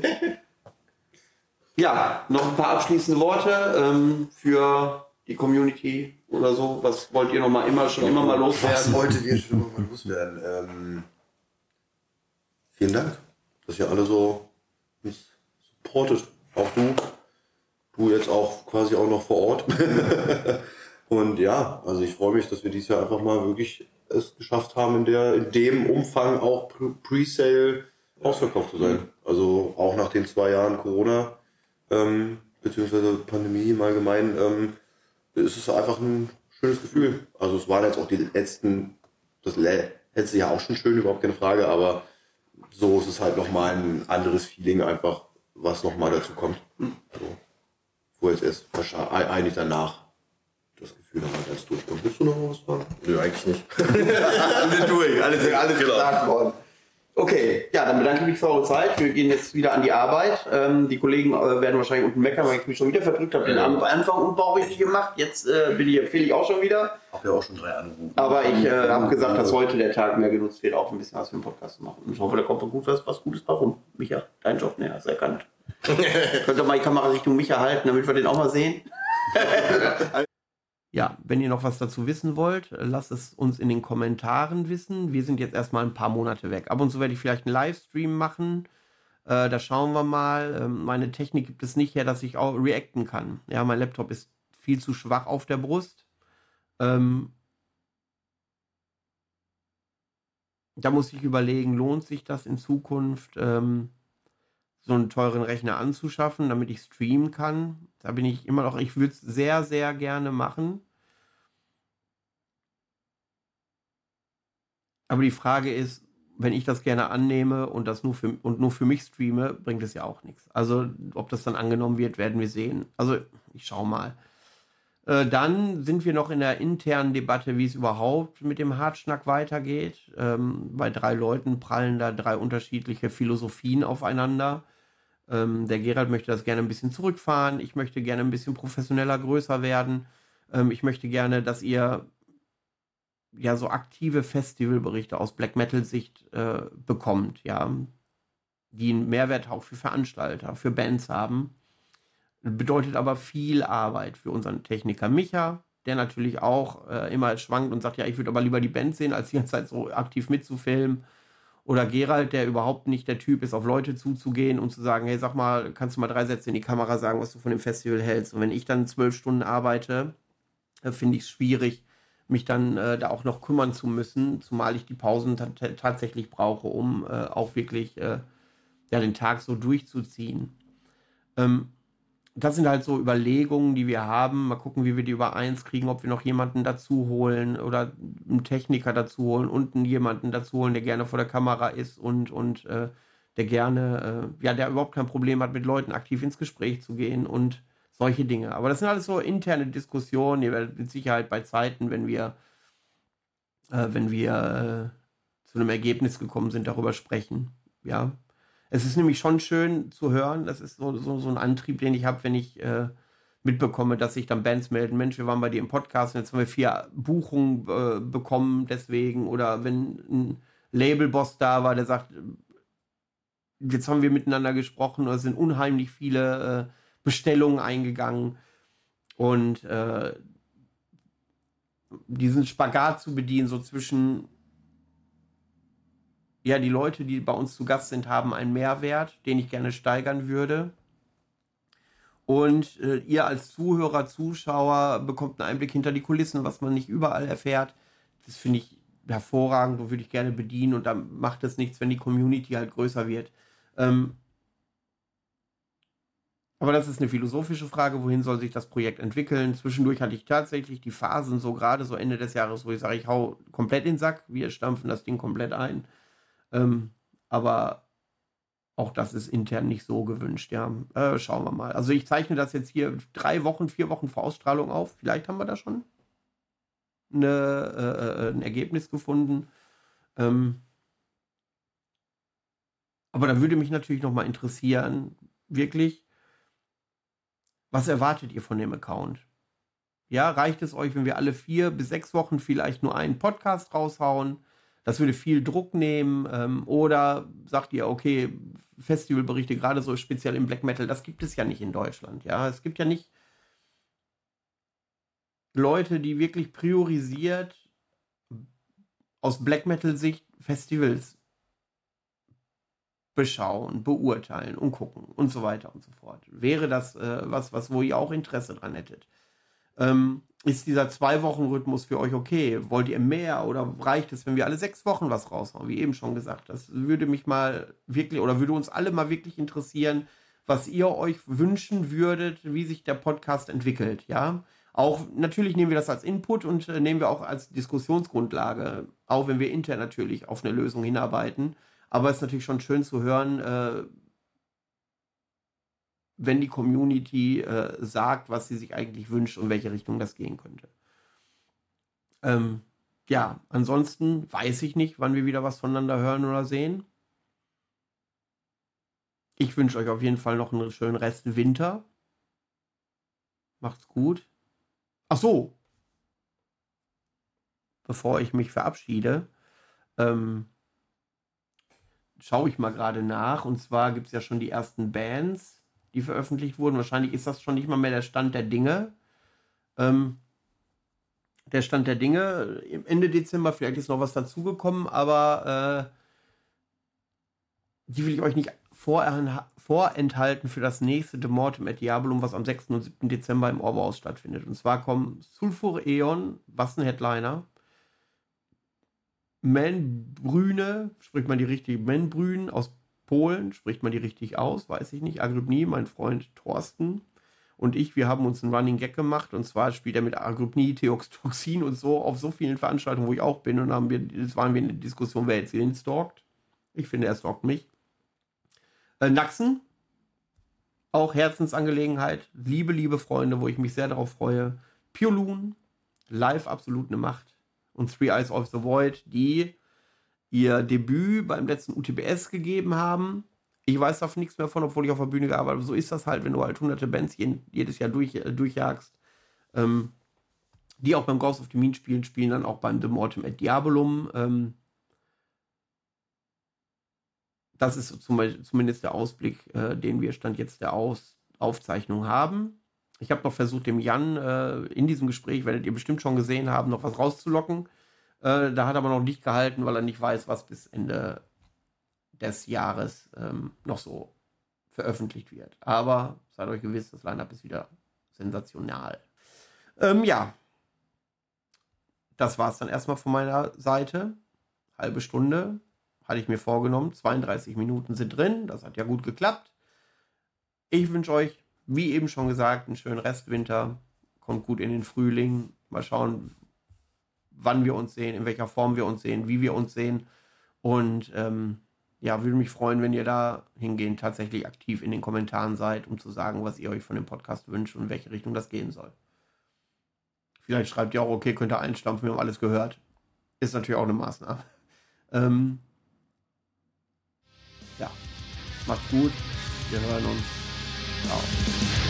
ja, noch ein paar abschließende Worte ähm, für die Community oder so. Was wollt ihr noch mal immer schon immer mal loswerden? Was wolltet ihr schon immer mal loswerden? Ähm, vielen Dank, dass ihr alle so uns supportet. Auch du. Du jetzt auch quasi auch noch vor Ort. Und ja, also ich freue mich, dass wir dieses Jahr einfach mal wirklich es geschafft haben, in der in dem Umfang auch Pre-Sale ausverkauft zu sein. Also auch nach den zwei Jahren Corona, ähm, beziehungsweise Pandemie im Allgemeinen, ähm, ist es einfach ein schönes Gefühl. Also es waren jetzt auch die letzten, das letzte Jahr auch schon schön, überhaupt keine Frage, aber so ist es halt nochmal ein anderes Feeling einfach, was nochmal dazu kommt. So. Wo jetzt erst wahrscheinlich eigentlich danach das Gefühl nochmal ganz durchkommt. Willst du noch was sagen? Nö, eigentlich nicht. Wir sind durch, alles, alles genau. gesagt worden. Okay, ja, dann bedanke ich mich für eure Zeit. Wir gehen jetzt wieder an die Arbeit. Ähm, die Kollegen äh, werden wahrscheinlich unten meckern, weil ich mich schon wieder verdrückt habe. Den ja. Anfang Umbau richtig gemacht. Jetzt äh, bin ich, fehle ich auch schon wieder. Hab ja auch schon drei Anrufe. Aber ich äh, habe gesagt, dass heute der Tag mehr genutzt wird, auch ein bisschen was für den Podcast zu machen. Und ich hoffe, da kommt gut was, was Gutes bei rum. Micha, dein Job, ne, hast du erkannt. Könnt ihr mal die Kamera Richtung Micha halten, damit wir den auch mal sehen? Ja, wenn ihr noch was dazu wissen wollt, äh, lasst es uns in den Kommentaren wissen. Wir sind jetzt erstmal ein paar Monate weg. Ab und zu werde ich vielleicht einen Livestream machen. Äh, da schauen wir mal. Ähm, meine Technik gibt es nicht her, dass ich auch reacten kann. Ja, mein Laptop ist viel zu schwach auf der Brust. Ähm, da muss ich überlegen, lohnt sich das in Zukunft, ähm, so einen teuren Rechner anzuschaffen, damit ich streamen kann. Da bin ich immer noch, ich würde es sehr, sehr gerne machen. Aber die Frage ist, wenn ich das gerne annehme und das nur für, und nur für mich streame, bringt es ja auch nichts. Also, ob das dann angenommen wird, werden wir sehen. Also, ich schau mal. Äh, dann sind wir noch in der internen Debatte, wie es überhaupt mit dem Hartschnack weitergeht. Ähm, bei drei Leuten prallen da drei unterschiedliche Philosophien aufeinander. Ähm, der Gerald möchte das gerne ein bisschen zurückfahren. Ich möchte gerne ein bisschen professioneller, größer werden. Ähm, ich möchte gerne, dass ihr ja so aktive Festivalberichte aus Black Metal Sicht äh, bekommt, ja, die einen Mehrwert auch für Veranstalter, für Bands haben. Bedeutet aber viel Arbeit für unseren Techniker Micha, der natürlich auch äh, immer schwankt und sagt, ja, ich würde aber lieber die Band sehen, als die ganze Zeit so aktiv mitzufilmen. Oder Gerald, der überhaupt nicht der Typ ist, auf Leute zuzugehen und zu sagen, hey, sag mal, kannst du mal drei Sätze in die Kamera sagen, was du von dem Festival hältst? Und wenn ich dann zwölf Stunden arbeite, äh, finde ich es schwierig, mich dann äh, da auch noch kümmern zu müssen, zumal ich die Pausen ta- ta- tatsächlich brauche, um äh, auch wirklich äh, ja, den Tag so durchzuziehen. Ähm, Das sind halt so Überlegungen, die wir haben. Mal gucken, wie wir die übereins kriegen, ob wir noch jemanden dazu holen oder einen Techniker dazu holen und einen jemanden dazu holen, der gerne vor der Kamera ist und, und äh, der gerne, äh, ja, der überhaupt kein Problem hat, mit Leuten aktiv ins Gespräch zu gehen und solche Dinge. Aber das sind alles so interne Diskussionen. Ihr werdet mit Sicherheit bei Zeiten, wenn wir, äh, wenn wir äh, zu einem Ergebnis gekommen sind, darüber sprechen. Ja. Es ist nämlich schon schön zu hören. Das ist so, so, so ein Antrieb, den ich habe, wenn ich äh, mitbekomme, dass sich dann Bands melden. Mensch, wir waren bei dir im Podcast und jetzt haben wir vier Buchungen äh, bekommen deswegen. Oder wenn ein Labelboss da war, der sagt, jetzt haben wir miteinander gesprochen oder es sind unheimlich viele äh, Bestellungen eingegangen. Und äh, diesen Spagat zu bedienen, so zwischen, ja, die Leute, die bei uns zu Gast sind, haben einen Mehrwert, den ich gerne steigern würde. Und äh, ihr als Zuhörer, Zuschauer bekommt einen Einblick hinter die Kulissen, was man nicht überall erfährt. Das finde ich hervorragend und würde ich gerne bedienen. Und dann macht es nichts, wenn die Community halt größer wird. Ähm, aber das ist eine philosophische Frage, wohin soll sich das Projekt entwickeln? Zwischendurch hatte ich tatsächlich die Phasen, so gerade so Ende des Jahres, wo ich sage, ich hau komplett in den Sack, wir stampfen das Ding komplett ein. Ähm, aber auch das ist intern nicht so gewünscht, ja. Äh, schauen wir mal. Also ich zeichne das jetzt hier drei Wochen, vier Wochen vor Ausstrahlung auf. Vielleicht haben wir da schon eine, äh, äh, ein Ergebnis gefunden. Ähm, aber da würde mich natürlich noch mal interessieren, wirklich, was erwartet ihr von dem Account? Ja, reicht es euch, wenn wir alle vier bis sechs Wochen vielleicht nur einen Podcast raushauen? Das würde viel Druck nehmen. Ähm, oder sagt ihr, okay, Festivalberichte, gerade so speziell im Black Metal, das gibt es ja nicht in Deutschland. Ja, es gibt ja nicht Leute, die wirklich priorisiert aus Black Metal-Sicht Festivals beschauen, beurteilen und gucken und so weiter und so fort. Wäre das äh, was, was, wo ihr auch Interesse dran hättet? Ähm, ist dieser Zwei-Wochen-Rhythmus für euch okay? Wollt ihr mehr oder reicht es, wenn wir alle sechs Wochen was raushauen? Wie eben schon gesagt, das würde mich mal wirklich oder würde uns alle mal wirklich interessieren, was ihr euch wünschen würdet, wie sich der Podcast entwickelt, ja? Auch natürlich nehmen wir das als Input und äh, nehmen wir auch als Diskussionsgrundlage, auch wenn wir intern natürlich auf eine Lösung hinarbeiten. Aber es ist natürlich schon schön zu hören, äh, wenn die Community äh, sagt, was sie sich eigentlich wünscht und welche Richtung das gehen könnte. Ähm, ja, ansonsten weiß ich nicht, wann wir wieder was voneinander hören oder sehen. Ich wünsche euch auf jeden Fall noch einen schönen Rest Winter. Macht's gut. Ach so, bevor ich mich verabschiede, ähm, schaue ich mal gerade nach. Und zwar gibt es ja schon die ersten Bands, die veröffentlicht wurden. Wahrscheinlich ist das schon nicht mal mehr der Stand der Dinge. Ähm, der Stand der Dinge. Ende Dezember vielleicht ist noch was dazugekommen, aber äh, die will ich euch nicht vorenthalten für das nächste The Mortem at Diabolum, was am sechsten und siebten Dezember im Orberhaus stattfindet. Und zwar kommen Sulfur Aeon, was ein Headliner, Menbrüne, spricht man die richtig, Menbrün aus Polen, spricht man die richtig aus, weiß ich nicht, Agrypnie, mein Freund Thorsten und ich, wir haben uns einen Running Gag gemacht, und zwar spielt er mit Agrypnie, Theoxtoxin und so auf so vielen Veranstaltungen, wo ich auch bin, und haben wir, jetzt waren wir in der Diskussion, wer jetzt ihn stalkt. Ich finde, er stalkt mich. Äh, Naxen, auch Herzensangelegenheit, liebe, liebe Freunde, wo ich mich sehr darauf freue. Piolun, live absolut eine Macht. Und Three Eyes of the Void, die ihr Debüt beim letzten U T B S gegeben haben. Ich weiß davon nichts mehr von, obwohl ich auf der Bühne gearbeitet habe. So ist das halt, wenn du halt hunderte Bands jedes Jahr durch, äh, durchjagst. Ähm, die auch beim Ghost of the Mean spielen, spielen dann auch beim The Mortem at Diabolum. Ähm, das ist zum Beispiel, zumindest der Ausblick, äh, den wir Stand jetzt der Aus Aufzeichnung haben. Ich habe noch versucht, dem Jan äh, in diesem Gespräch, werdet ihr bestimmt schon gesehen haben, noch was rauszulocken. Äh, da hat er aber noch nicht gehalten, weil er nicht weiß, was bis Ende des Jahres ähm, noch so veröffentlicht wird. Aber seid euch gewiss, das Line-Up ist wieder sensational. Ähm, ja, das war es dann erstmal von meiner Seite. Halbe Stunde hatte ich mir vorgenommen. zweiunddreißig Minuten sind drin. Das hat ja gut geklappt. Ich wünsche euch, wie eben schon gesagt, einen schönen Restwinter. Kommt gut in den Frühling. Mal schauen, wann wir uns sehen, in welcher Form wir uns sehen, wie wir uns sehen. Und ähm, ja, würde mich freuen, wenn ihr da hingehend tatsächlich aktiv in den Kommentaren seid, um zu sagen, was ihr euch von dem Podcast wünscht und in welche Richtung das gehen soll. Vielleicht schreibt ihr auch, okay, könnt ihr einstampfen, wir haben alles gehört. Ist natürlich auch eine Maßnahme. Ähm, ja, macht's gut. Wir hören uns. Ciao.